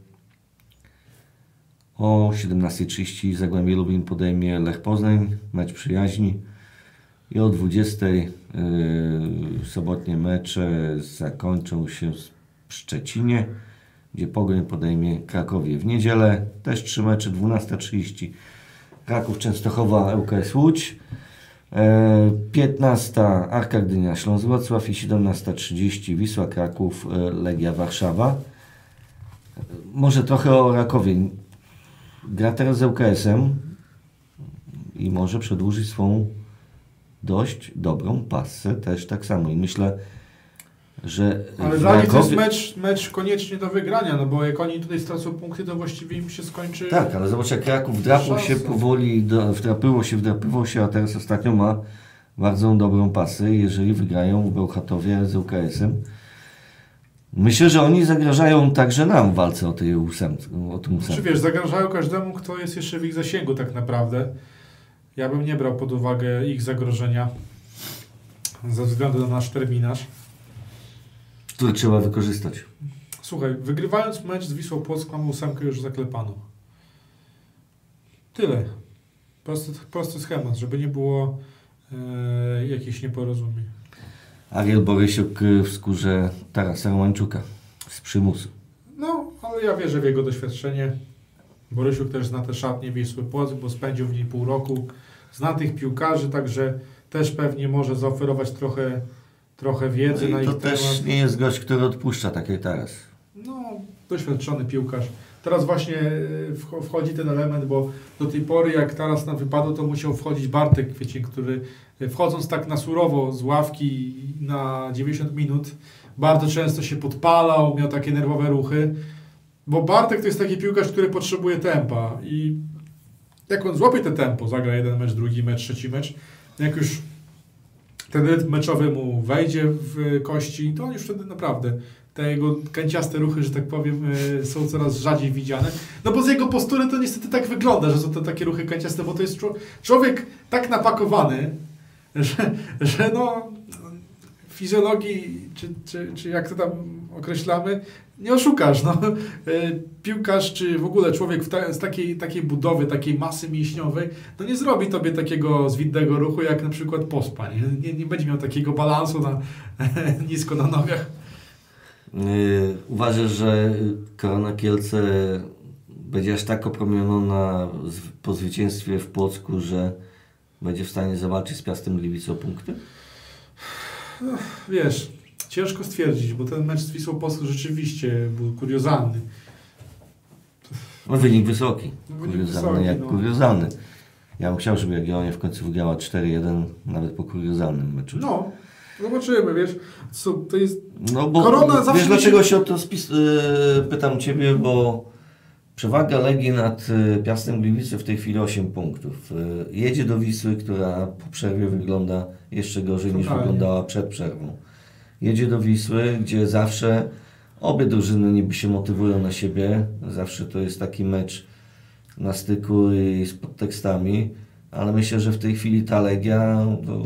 O siedemnastej trzydzieści Zagłębie Lubin podejmie Lech Poznań, mecz przyjaźni. I o dwudziestej yy, sobotnie mecze zakończą się w Szczecinie, gdzie Pogoń podejmie Krakowie. W niedzielę też trzy mecze, dwunasta trzydzieści Kraków Częstochowa, L K S Łódź, yy, piętnasta Arka Gdynia Śląsk Wrocław i siedemnasta trzydzieści Wisła Kraków, yy, Legia Warszawa. Yy, może trochę o Rakowie. Gra teraz z L K S-em i może przedłużyć swą dość dobrą passę też tak samo i myślę, że ale dla nich to jest mecz, mecz koniecznie do wygrania, no bo jak oni tutaj stracą punkty, to właściwie im się skończy... Tak, ale zobacz, jak Kraków wdrapał się powoli, do, wdrapyło się, wdrapywał się, a teraz ostatnio ma bardzo dobrą pasę, jeżeli wygrają w Bełchatowie z L K S-em. Myślę, że oni zagrażają także nam w walce o tej ósemce. O tym Czy wiesz, zagrażają każdemu, kto jest jeszcze w ich zasięgu tak naprawdę. Ja bym nie brał pod uwagę ich zagrożenia ze względu na nasz terminarz. Który trzeba wykorzystać. Słuchaj, wygrywając mecz z Wisłą Płock mamy ósemkę już zaklepaną. Tyle. Prosty, prosty schemat, żeby nie było e, jakichś nieporozumień. Ariel Borysiuk w skórze Tarasa Romańczuka z przymusu. No, ale ja wierzę w jego doświadczenie. Borysiuk też zna te szatnie Wisły Płock, bo spędził w niej pół roku. Zna tych piłkarzy, także też pewnie może zaoferować trochę, trochę wiedzy No na i to ich też temat. nie jest gość, który odpuszcza, tak jak Taras. No, doświadczony piłkarz. Teraz właśnie wch- wchodzi ten element, bo do tej pory jak teraz nam wypadło, to musiał wchodzić Bartek Kwiecień, który wchodząc tak na surowo z ławki na dziewięćdziesiąt minut, bardzo często się podpalał, miał takie nerwowe ruchy, bo Bartek to jest taki piłkarz, który potrzebuje tempa i jak on złapie te tempo, zagra jeden mecz, drugi mecz, trzeci mecz, jak już ten rytm meczowy mu wejdzie w kości, to on już wtedy naprawdę te jego kanciaste ruchy, że tak powiem, y, są coraz rzadziej widziane. No bo z jego postury to niestety tak wygląda, że są to takie ruchy kanciaste, bo to jest czło- człowiek tak napakowany, że, że no fizjologii, czy, czy, czy jak to tam określamy, nie oszukasz. No. Y, piłkarz, czy w ogóle człowiek w ta, z takiej, takiej budowy, takiej masy mięśniowej, no nie zrobi tobie takiego zwidnego ruchu, jak na przykład Pospa. Nie, nie, nie będzie miał takiego balansu na, nisko na nogach. Yy, uważasz, że Korona Kielce będzie aż tak opromieniona z- po zwycięstwie w Płocku, że będzie w stanie zawalczyć z Piastem Gliwice o punkty? Wiesz, ciężko stwierdzić, bo ten mecz z Wisłą Płock rzeczywiście był kuriozalny. No, wynik wysoki. No, wynik Kuriozalny wysoki, jak no. kuriozalny. Ja bym chciał, żeby Jagiellonia w końcu wygrała cztery jeden, nawet po kuriozalnym meczu. No, zobaczymy, wiesz, co to jest... No bo Korona zawsze wiesz mi się- dlaczego się o to spis- yy, pytam Ciebie, bo przewaga Legii nad yy, Piastem Gliwice w tej chwili osiem punktów. Yy, jedzie do Wisły, która po przerwie wygląda jeszcze gorzej niż Totalnie. wyglądała przed przerwą. Jedzie do Wisły, gdzie zawsze obie drużyny niby się motywują na siebie. Zawsze to jest taki mecz na styku i z podtekstami, ale myślę, że w tej chwili ta Legia to,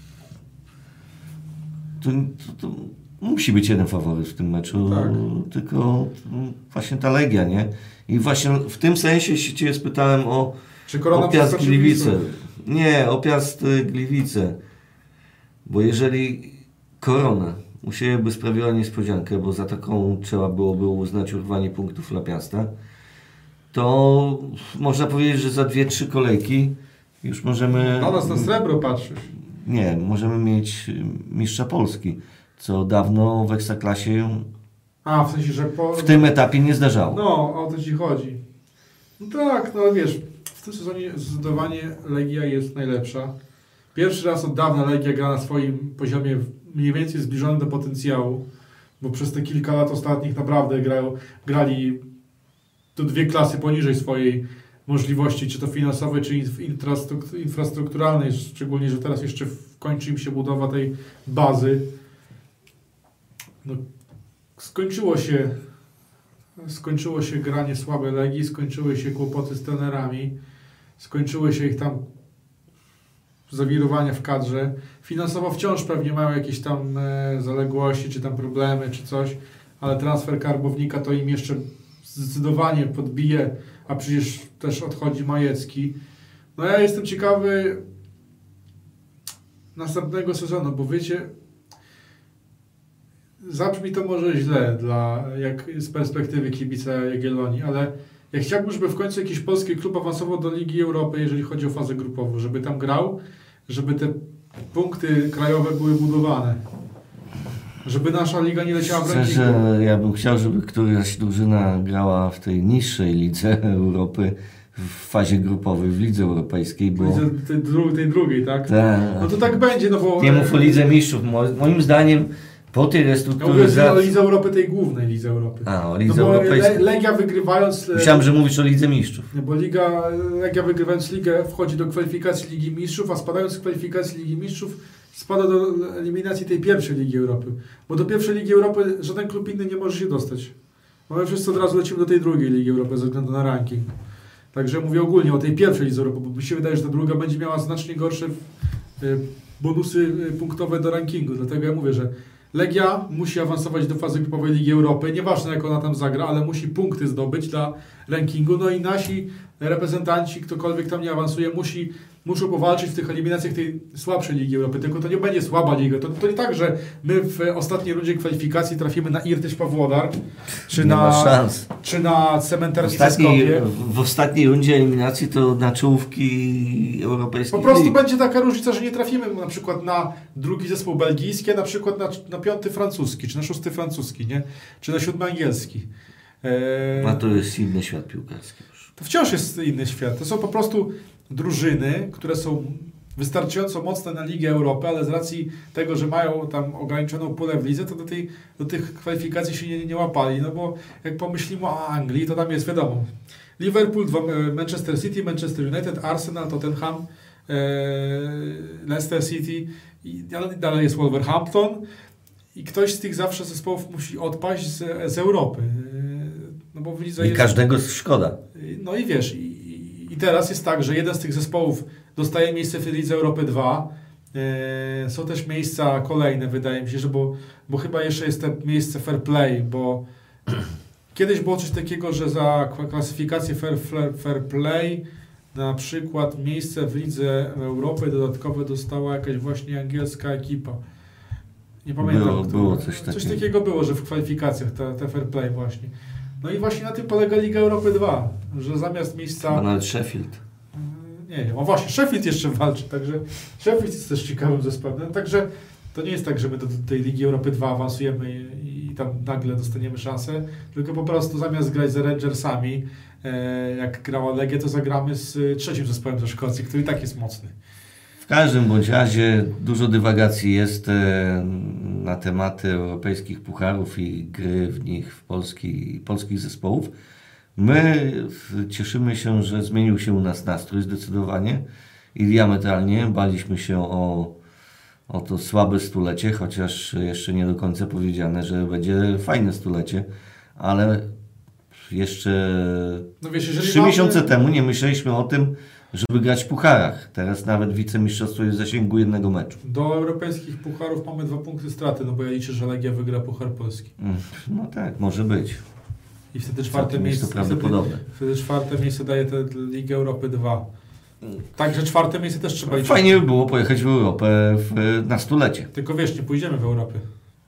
to, to, to musi być jeden faworyt w tym meczu, Tak. tylko właśnie ta Legia, nie? I właśnie w tym sensie się Cię spytałem o, Czy Korona o Piast przeskoczy Gliwice. Wisłę? Nie, o Piast y, Gliwice. Bo jeżeli Korona u siebie by sprawiła niespodziankę, bo za taką trzeba byłoby uznać urwanie punktów dla Piasta, to można powiedzieć, że za dwie, trzy kolejki już możemy... Na nas na srebro patrzysz. Nie, możemy mieć mistrza Polski, co dawno w Ekstraklasie A, w sensie, że po... w tym etapie nie zdarzało. No, o to ci chodzi. No tak, no wiesz, w tym sezonie zdecydowanie Legia jest najlepsza. Pierwszy raz od dawna Legia gra na swoim poziomie mniej więcej zbliżonym do potencjału, bo przez te kilka lat ostatnich naprawdę grają, grali to dwie klasy poniżej swojej możliwości, czy to finansowej, czy infrastruktur- infrastrukturalnej, szczególnie, że teraz jeszcze kończy im się budowa tej bazy. No, skończyło się skończyło się granie słabej Legii, skończyły się kłopoty z trenerami, skończyły się ich tam zawirowania w kadrze. Finansowo wciąż pewnie mają jakieś tam e, zaległości, czy tam problemy, czy coś, ale transfer Karbownika to im jeszcze zdecydowanie podbije, a przecież też odchodzi Majecki. No ja jestem ciekawy następnego sezonu, bo wiecie, zabrzmi to może źle dla, jak z perspektywy kibica Jagiellonii, ale ja chciałbym, żeby w końcu jakiś polski klub awansował do Ligi Europy, jeżeli chodzi o fazę grupową, żeby tam grał, żeby te punkty krajowe były budowane. Żeby nasza liga nie leciała w rankingu. Szczerze, ja bym chciał, żeby któraś drużyna grała w tej niższej lidze Europy w fazie grupowej, w lidze europejskiej, bo... Lidze tej, dru- tej drugiej, tak? Ta, No to tak będzie, no bo... nie mów o Lidze Mistrzów. Mo- Moim zdaniem po tej Ja mówię, że o restrukturyzacji... Lidze Europy, tej głównej Lidze Europy. A, o No Lidze bo Le- Europejskiej. Legia wygrywając... e, Myślałem, że mówisz o Lidze Mistrzów. Nie, bo Liga, Legia wygrywając ligę wchodzi do kwalifikacji Ligi Mistrzów, a spadając z kwalifikacji Ligi Mistrzów spada do eliminacji tej pierwszej Ligi Europy. Bo do pierwszej Ligi Europy żaden klub inny nie może się dostać. Bo my wszyscy od razu lecimy do tej drugiej Ligi Europy ze względu na ranking. Także mówię ogólnie o tej pierwszej Lidze Europy, bo mi się wydaje, że ta druga będzie miała znacznie gorsze y, bonusy y, punktowe do rankingu. Dlatego ja mówię, że Legia musi awansować do fazy grupowej Ligi Europy. Nieważne jak ona tam zagra, ale musi punkty zdobyć dla rankingu. No i nasi reprezentanci, ktokolwiek tam nie awansuje, musi, muszą powalczyć w tych eliminacjach tej słabszej Ligi Europy. Tylko to nie będzie słaba liga. To, to nie tak, że my w ostatniej rundzie kwalifikacji trafimy na Irtysz Pawłodar, czy Nie na, ma szans. czy na W Cementarni ostatniej, Skopie. w ostatniej rundzie eliminacji to na czołówki europejskich Po prostu lig. będzie taka różnica, że nie trafimy na przykład na drugi zespół belgijski, a na przykład na, na piąty francuski, czy na szósty francuski, nie? Czy na siódmy angielski. Eee, A to jest inny świat piłkarski już. to wciąż jest inny świat. To są po prostu drużyny, które są wystarczająco mocne na Ligę Europy, ale z racji tego, że mają tam ograniczoną pulę w lidze, to do, tej, do tych kwalifikacji się nie, nie łapali. No bo jak pomyślimy o Anglii, to tam jest wiadomo. Liverpool, dwa, Manchester City, Manchester United, Arsenal, Tottenham, e, Leicester City i dalej, dalej jest Wolverhampton i ktoś z tych zawsze zespołów musi odpaść z, z Europy. No bo w lidze I jest, każdego szkoda. no i wiesz, i, i teraz jest tak, że jeden z tych zespołów dostaje miejsce w Lidze Europy dwa. E, są też miejsca kolejne, wydaje mi się, że bo, bo chyba jeszcze jest to miejsce fair play, bo kiedyś było coś takiego, że za klasyfikację fair, fair, fair play na przykład miejsce w Lidze Europy dodatkowe dostała jakaś właśnie angielska ekipa. Nie pamiętam. Było, kto, było coś coś takiego. takiego było, że w kwalifikacjach te, te fair play właśnie. No i właśnie na tym polega Liga Europy dwa, że zamiast miejsca... Chyba nawet Sheffield. Nie, nie, o właśnie, Sheffield jeszcze walczy, także Sheffield jest też ciekawym zespołem. No, także to nie jest tak, że my do, do tej Ligi Europy dwa awansujemy i, i tam nagle dostaniemy szansę, tylko po prostu zamiast grać z Rangersami, e, jak grała Legia, to zagramy z trzecim zespołem ze Szkocji, który i tak jest mocny. W każdym bądź razie dużo dywagacji jest e, na tematy europejskich pucharów i gry w nich w Polski, polskich zespołów. My cieszymy się, że zmienił się u nas nastrój zdecydowanie i diametralnie. Baliśmy się o, o to słabe stulecie, chociaż jeszcze nie do końca powiedziane, że będzie fajne stulecie, ale jeszcze No wiesz, jeżeli trzy mamy- miesiące temu nie myśleliśmy o tym, żeby grać w pucharach. Teraz nawet wicemistrzostwo jest w zasięgu jednego meczu. Do europejskich pucharów mamy dwa punkty straty, no bo ja liczę, że Legia wygra Puchar Polski. Mm, No tak, może być. I wtedy czwarte Całkiem jest miejsce, to prawdopodobne. Wtedy, wtedy czwarte miejsce daje tę Ligę Europy dwa. Także czwarte miejsce też trzeba liczyć. Fajnie by było pojechać w Europę w, na stulecie. Tylko wiesz, nie pójdziemy w Europę.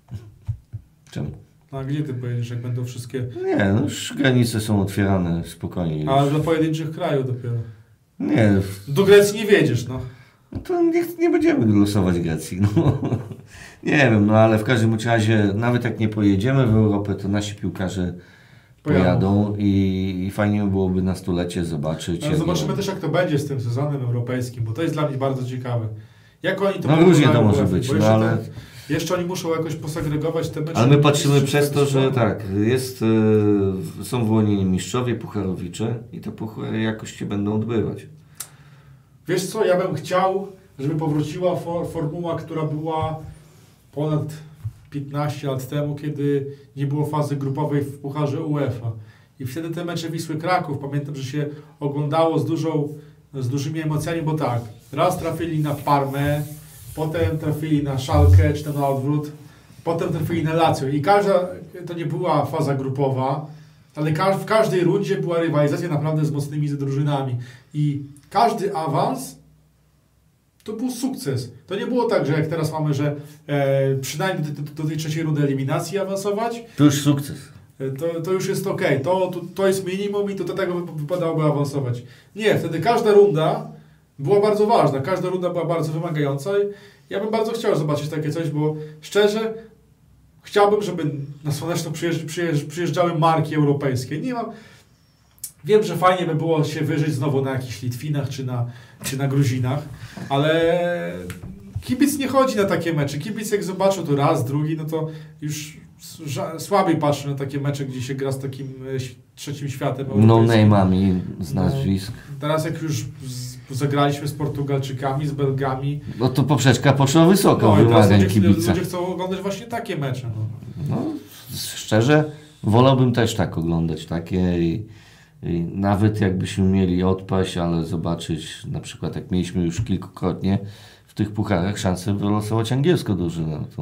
Czemu? No a gdzie ty pojedziesz, jak będą wszystkie... Nie, no już granice są otwierane spokojnie. Już. Ale do pojedynczych krajów dopiero. Nie, Do Grecji nie wiedziesz, no. no to nie, nie będziemy losować Grecji. No. Nie wiem, no ale w każdym bądź razie, nawet jak nie pojedziemy w Europę, to nasi piłkarze Pojadą. pojadą i, i fajnie byłoby na stulecie zobaczyć. Ale jak- zobaczymy też, jak to będzie z tym sezonem europejskim, bo to jest dla mnie bardzo ciekawe. Jak oni to No różnie to poukładają może UEFA, być, bo no jeszcze ale... te- Jeszcze oni muszą jakoś posegregować te mecze. Ale my patrzymy przez to, że sezonu. tak, jest, e, są wyłonieni mistrzowie, pucharowicze i te puchary jakoś się będą odbywać. Wiesz co, ja bym chciał, żeby powróciła for, formuła, która była ponad piętnaście lat temu, kiedy nie było fazy grupowej w Pucharze UEFA. I wtedy te mecze Wisły Kraków, pamiętam, że się oglądało z, dużą, z dużymi emocjami, bo tak, raz trafili na Parmę, potem trafili na Schalke, czy to na odwrót, potem trafili na Lazio. I każda, to nie była faza grupowa, ale każ, w każdej rundzie była rywalizacja naprawdę z mocnymi drużynami. I każdy awans to był sukces. To nie było tak, że jak teraz mamy, że e, przynajmniej do, do, do tej trzeciej rundy eliminacji awansować, To już sukces. e, to, to już jest ok. To, to, to jest minimum i to do tego wy- wypadałoby awansować. Nie, wtedy każda runda była bardzo ważna. Każda runda była bardzo wymagająca i ja bym bardzo chciał zobaczyć takie coś, bo szczerze chciałbym, żeby na Słoneczno przyjeżdż, przyjeżdż, przyjeżdżały marki europejskie. Nie mam... Wiem, że fajnie by było się wyżyć znowu na jakichś Litwinach czy na, czy na Gruzinach, ale kibic nie chodzi na takie mecze. Kibic jak zobaczył to raz, drugi, no to już ża- słabiej patrzy na takie mecze, gdzie się gra z takim e, ś- trzecim światem No europejskim. name'ami z nazwisk. Teraz jak już z, zagraliśmy z Portugalczykami, z Belgami, No to poprzeczka poszła wysoko no i teraz wymagań ludzie, kibica. ludzie chcą oglądać właśnie takie mecze. No. No, szczerze, wolałbym też tak oglądać takie i, i nawet jakbyśmy mieli odpaść, ale zobaczyć, na przykład jak mieliśmy już kilkukrotnie w tych pucharach szansę wylosować angielską drużynę, no to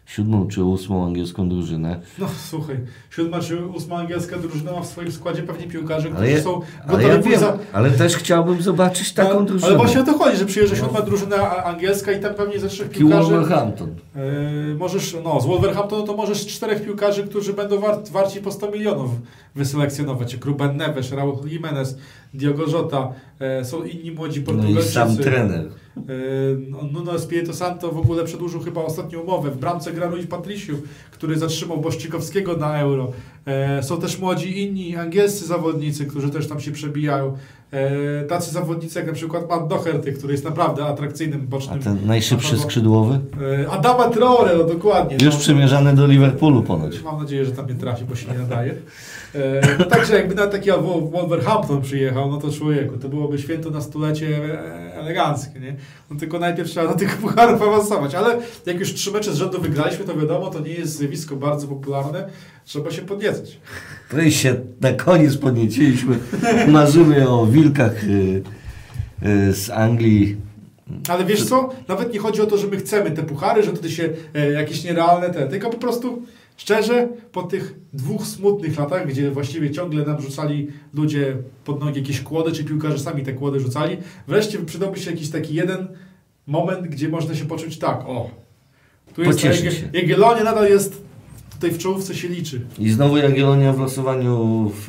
siódmą czy ósmą angielską drużynę. No słuchaj, siódma czy ósma angielska drużyna ma w swoim składzie pewnie piłkarzy, którzy Ale ja, są ale, ja gotowi wiem, za... ale też chciałbym zobaczyć taką ale, drużynę. ale właśnie o to chodzi, że przyjeżdża siódma No. drużyna angielska i tam pewnie ze trzech Taki piłkarzy... Wolverhampton. Yy, możesz, no z Wolverhamptonu to możesz czterech piłkarzy, którzy będą wart, warci po sto milionów wyselekcjonować. Jak Ruben Neves, Raul Jimenez, Diogo Jota, yy, są inni młodzi No i Portugalczycy. sam trener. Yy, Nuno Espirito Santo w ogóle przedłużył chyba ostatnią umowę. W bramce gra Rui Patriciu, który zatrzymał Bościkowskiego na Euro. Yy, są też młodzi inni angielscy zawodnicy, którzy też tam się przebijają. Yy, tacy zawodnicy jak na przykład Matt Doherty, który jest naprawdę atrakcyjnym A bocznym. ten najszybszy na pewno- skrzydłowy? Yy, Adama Traore, no dokładnie. Już no. przymierzany do Liverpoolu ponoć. Mam nadzieję, że tam nie trafi, bo się nie nadaje. E, no także jakby na taki Wolverhampton przyjechał, no to człowieku, to byłoby święto na stulecie e, eleganckie, nie? No tylko najpierw trzeba do tych pucharów awansować, ale jak już trzy mecze z rzędu wygraliśmy, to wiadomo, to nie jest zjawisko bardzo popularne, trzeba się podniecać. To i się na koniec podnieciliśmy. Marzymy o wilkach y, y, z Anglii. Ale wiesz co, nawet nie chodzi o to, że my chcemy te puchary, że wtedy się e, jakieś nierealne te, tylko po prostu szczerze, po tych dwóch smutnych latach, gdzie właściwie ciągle nam rzucali ludzie pod nogi jakieś kłody, czy piłkarze sami te kłody rzucali, wreszcie przydałby się jakiś taki jeden moment, gdzie można się poczuć tak, o, tu jest Pocieszyć Jagie- się. Jagiellonia nadal jest, tutaj w czołówce się liczy. I znowu Jagiellonia w losowaniu w,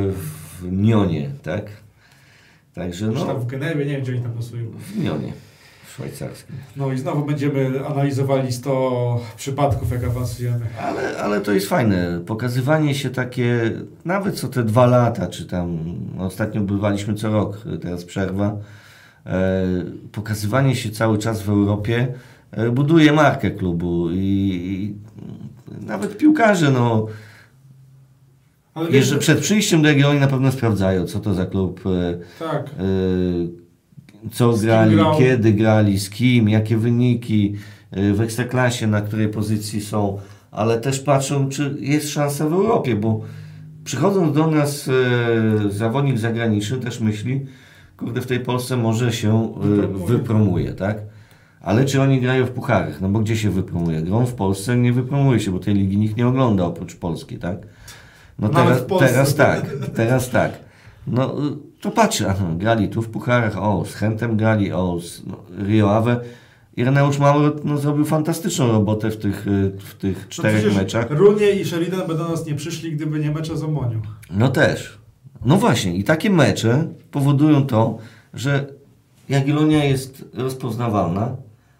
w Nionie, tak? Także Czy tam no, w Genewie, nie wiem, gdzie oni tam losują. w Nionie szwajcarskim. No i znowu będziemy analizowali sto przypadków, jak awansujemy. Ale, ale to jest fajne. Pokazywanie się takie, nawet co te dwa lata, czy tam ostatnio bywaliśmy co rok, teraz przerwa. E, pokazywanie się cały czas w Europie e, buduje markę klubu i, i nawet piłkarze, no, Ale wiesz, jeszcze przed przyjściem do Jagiellonii na pewno sprawdzają, co to za klub, e, tak. e, co Z kim grali, grał. kiedy grali, z kim, jakie wyniki e, w Ekstraklasie, na której pozycji są, ale też patrzą, czy jest szansa w Europie, bo przychodząc do nas e, zawodnik zagraniczny też myśli, kurde, w tej Polsce może się e, Wypromuje. wypromuje, tak? Ale czy oni grają w pucharach? No bo gdzie się wypromuje? Grą w Polsce nie wypromuje się, bo tej ligi nikt nie ogląda oprócz Polski, tak? No Nawet teraz, w Polsce. teraz tak, teraz tak. No to patrzę, aha, grali tu w pucharach, o, z Chentem grali, o, z no, Rio Ave. Ireneusz Mamrot no, zrobił fantastyczną robotę w tych, y, w tych No czterech przecież meczach. Runie i Sheridan by do nas nie przyszli, gdyby nie mecze z Omonią. No też. No właśnie, i takie mecze powodują to, że Jagiellonia jest rozpoznawalna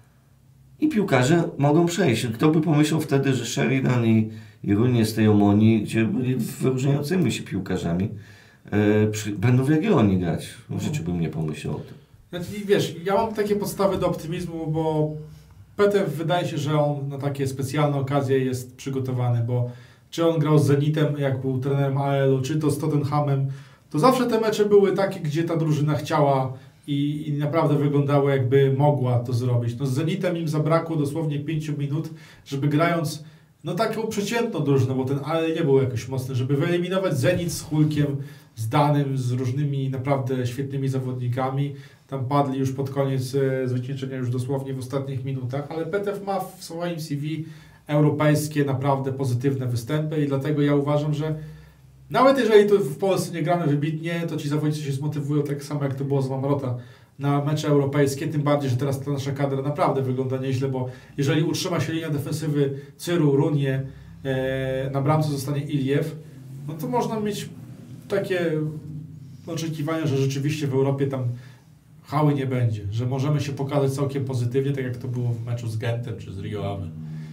i piłkarze mogą przejść. Kto by pomyślał wtedy, że Sheridan i, i Runie z tej Omonii, gdzie byli wyróżniającymi się piłkarzami, e, przy, będą w Jagiellonii grać. W życiu bym nie pomyślał o tym. Znaczy, wiesz, ja mam takie podstawy do optymizmu, bo Petew wydaje się, że on na takie specjalne okazje jest przygotowany, bo czy on grał z Zenitem, jak był trenerem A L u, czy to z Tottenhamem, to zawsze te mecze były takie, gdzie ta drużyna chciała i, i naprawdę wyglądało, jakby mogła to zrobić. No z Zenitem im zabrakło dosłownie pięciu minut, żeby grając no taką przeciętną drużynę, bo ten A L nie był jakoś mocny, żeby wyeliminować Zenit z Hulkiem, z Danym, z różnymi naprawdę świetnymi zawodnikami. Tam padli już pod koniec e, zwyciężenia już dosłownie w ostatnich minutach, ale Petew ma w swoim C V europejskie naprawdę pozytywne występy i dlatego ja uważam, że nawet jeżeli tu w Polsce nie gramy wybitnie, to ci zawodnicy się zmotywują tak samo jak to było z Mamrota na mecze europejskie, tym bardziej, że teraz ta nasza kadra naprawdę wygląda nieźle, bo jeżeli utrzyma się linia defensywy Cyru, Runie, e, na bramce zostanie Iliew, no to można mieć takie oczekiwania, że rzeczywiście w Europie tam hały nie będzie, że możemy się pokazać całkiem pozytywnie, tak jak to było w meczu z Gentem czy z Rio Ave.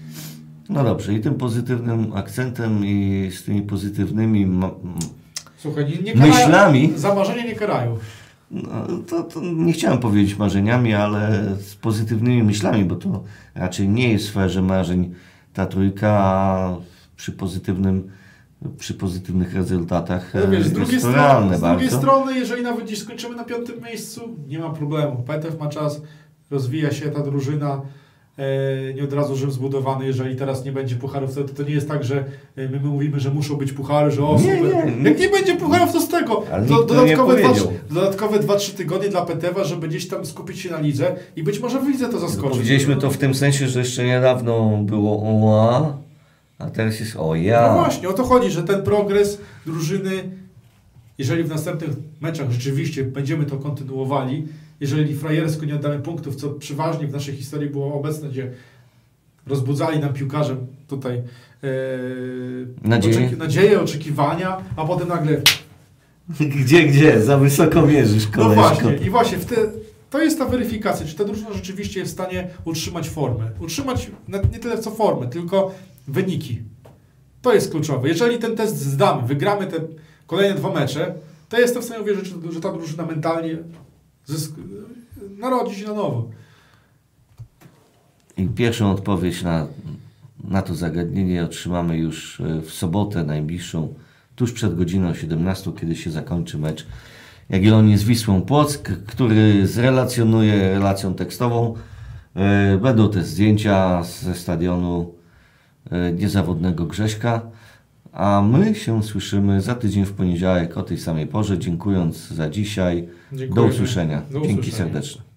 No dobrze, i tym pozytywnym akcentem i z tymi pozytywnymi ma- Słuchaj, nie, nie karają, myślami, za marzenie nie karają. no, to, to nie chciałem powiedzieć marzeniami, ale z pozytywnymi myślami, bo to raczej nie jest w sferze marzeń ta trójka, a przy pozytywnym przy pozytywnych rezultatach No wiesz, z jest drugiej, to strony, realne z drugiej bardzo. strony, jeżeli nawet dziś skończymy na piątym miejscu, nie ma problemu. Petew ma czas, rozwija się ta drużyna. e, nie od razu Rzym zbudowany, jeżeli teraz nie będzie pucharów, to, to nie jest tak, że e, my, my mówimy, że muszą być puchary, że o, Nie, super. nie, nie. Jak nie będzie pucharów, to z tego. Ale Do, nikt to dodatkowe, nie dwa, powiedział. dodatkowe dwa trzy tygodnie dla Petewa, żeby gdzieś tam skupić się na lidze i być może w lidze to zaskoczy. Powiedzieliśmy to w tym sensie, że jeszcze niedawno było o, a teraz jest o ja. No właśnie, o to chodzi, że ten progres drużyny, jeżeli w następnych meczach rzeczywiście będziemy to kontynuowali, jeżeli frajersko nie oddamy punktów, co przeważnie w naszej historii było obecne, gdzie rozbudzali nam piłkarze tutaj e, Nadzieje. oczeki- nadzieje, oczekiwania, a potem nagle Gdzie, gdzie? Za wysoko mierzysz, no koleżko. właśnie, i właśnie w te, to jest ta weryfikacja, czy ta drużyna rzeczywiście jest w stanie utrzymać formę. Utrzymać nawet nie tyle co formę, tylko wyniki. To jest kluczowe. Jeżeli ten test zdamy, wygramy te kolejne dwa mecze, to jestem w stanie uwierzyć, że, że ta drużyna mentalnie zysk... narodzi się na nowo. I pierwszą odpowiedź na, na to zagadnienie otrzymamy już e, w sobotę najbliższą, tuż przed godziną siedemnastą, kiedy się zakończy mecz Jagiellonii z Wisłą Płock, który zrelacjonuje relacją tekstową. E, Będą te zdjęcia ze stadionu e, niezawodnego Grześka, a my się słyszymy za tydzień w poniedziałek o tej samej porze. Dziękując za dzisiaj. Do Dziękujemy. usłyszenia. Do Dzięki usłyszenia. serdeczne.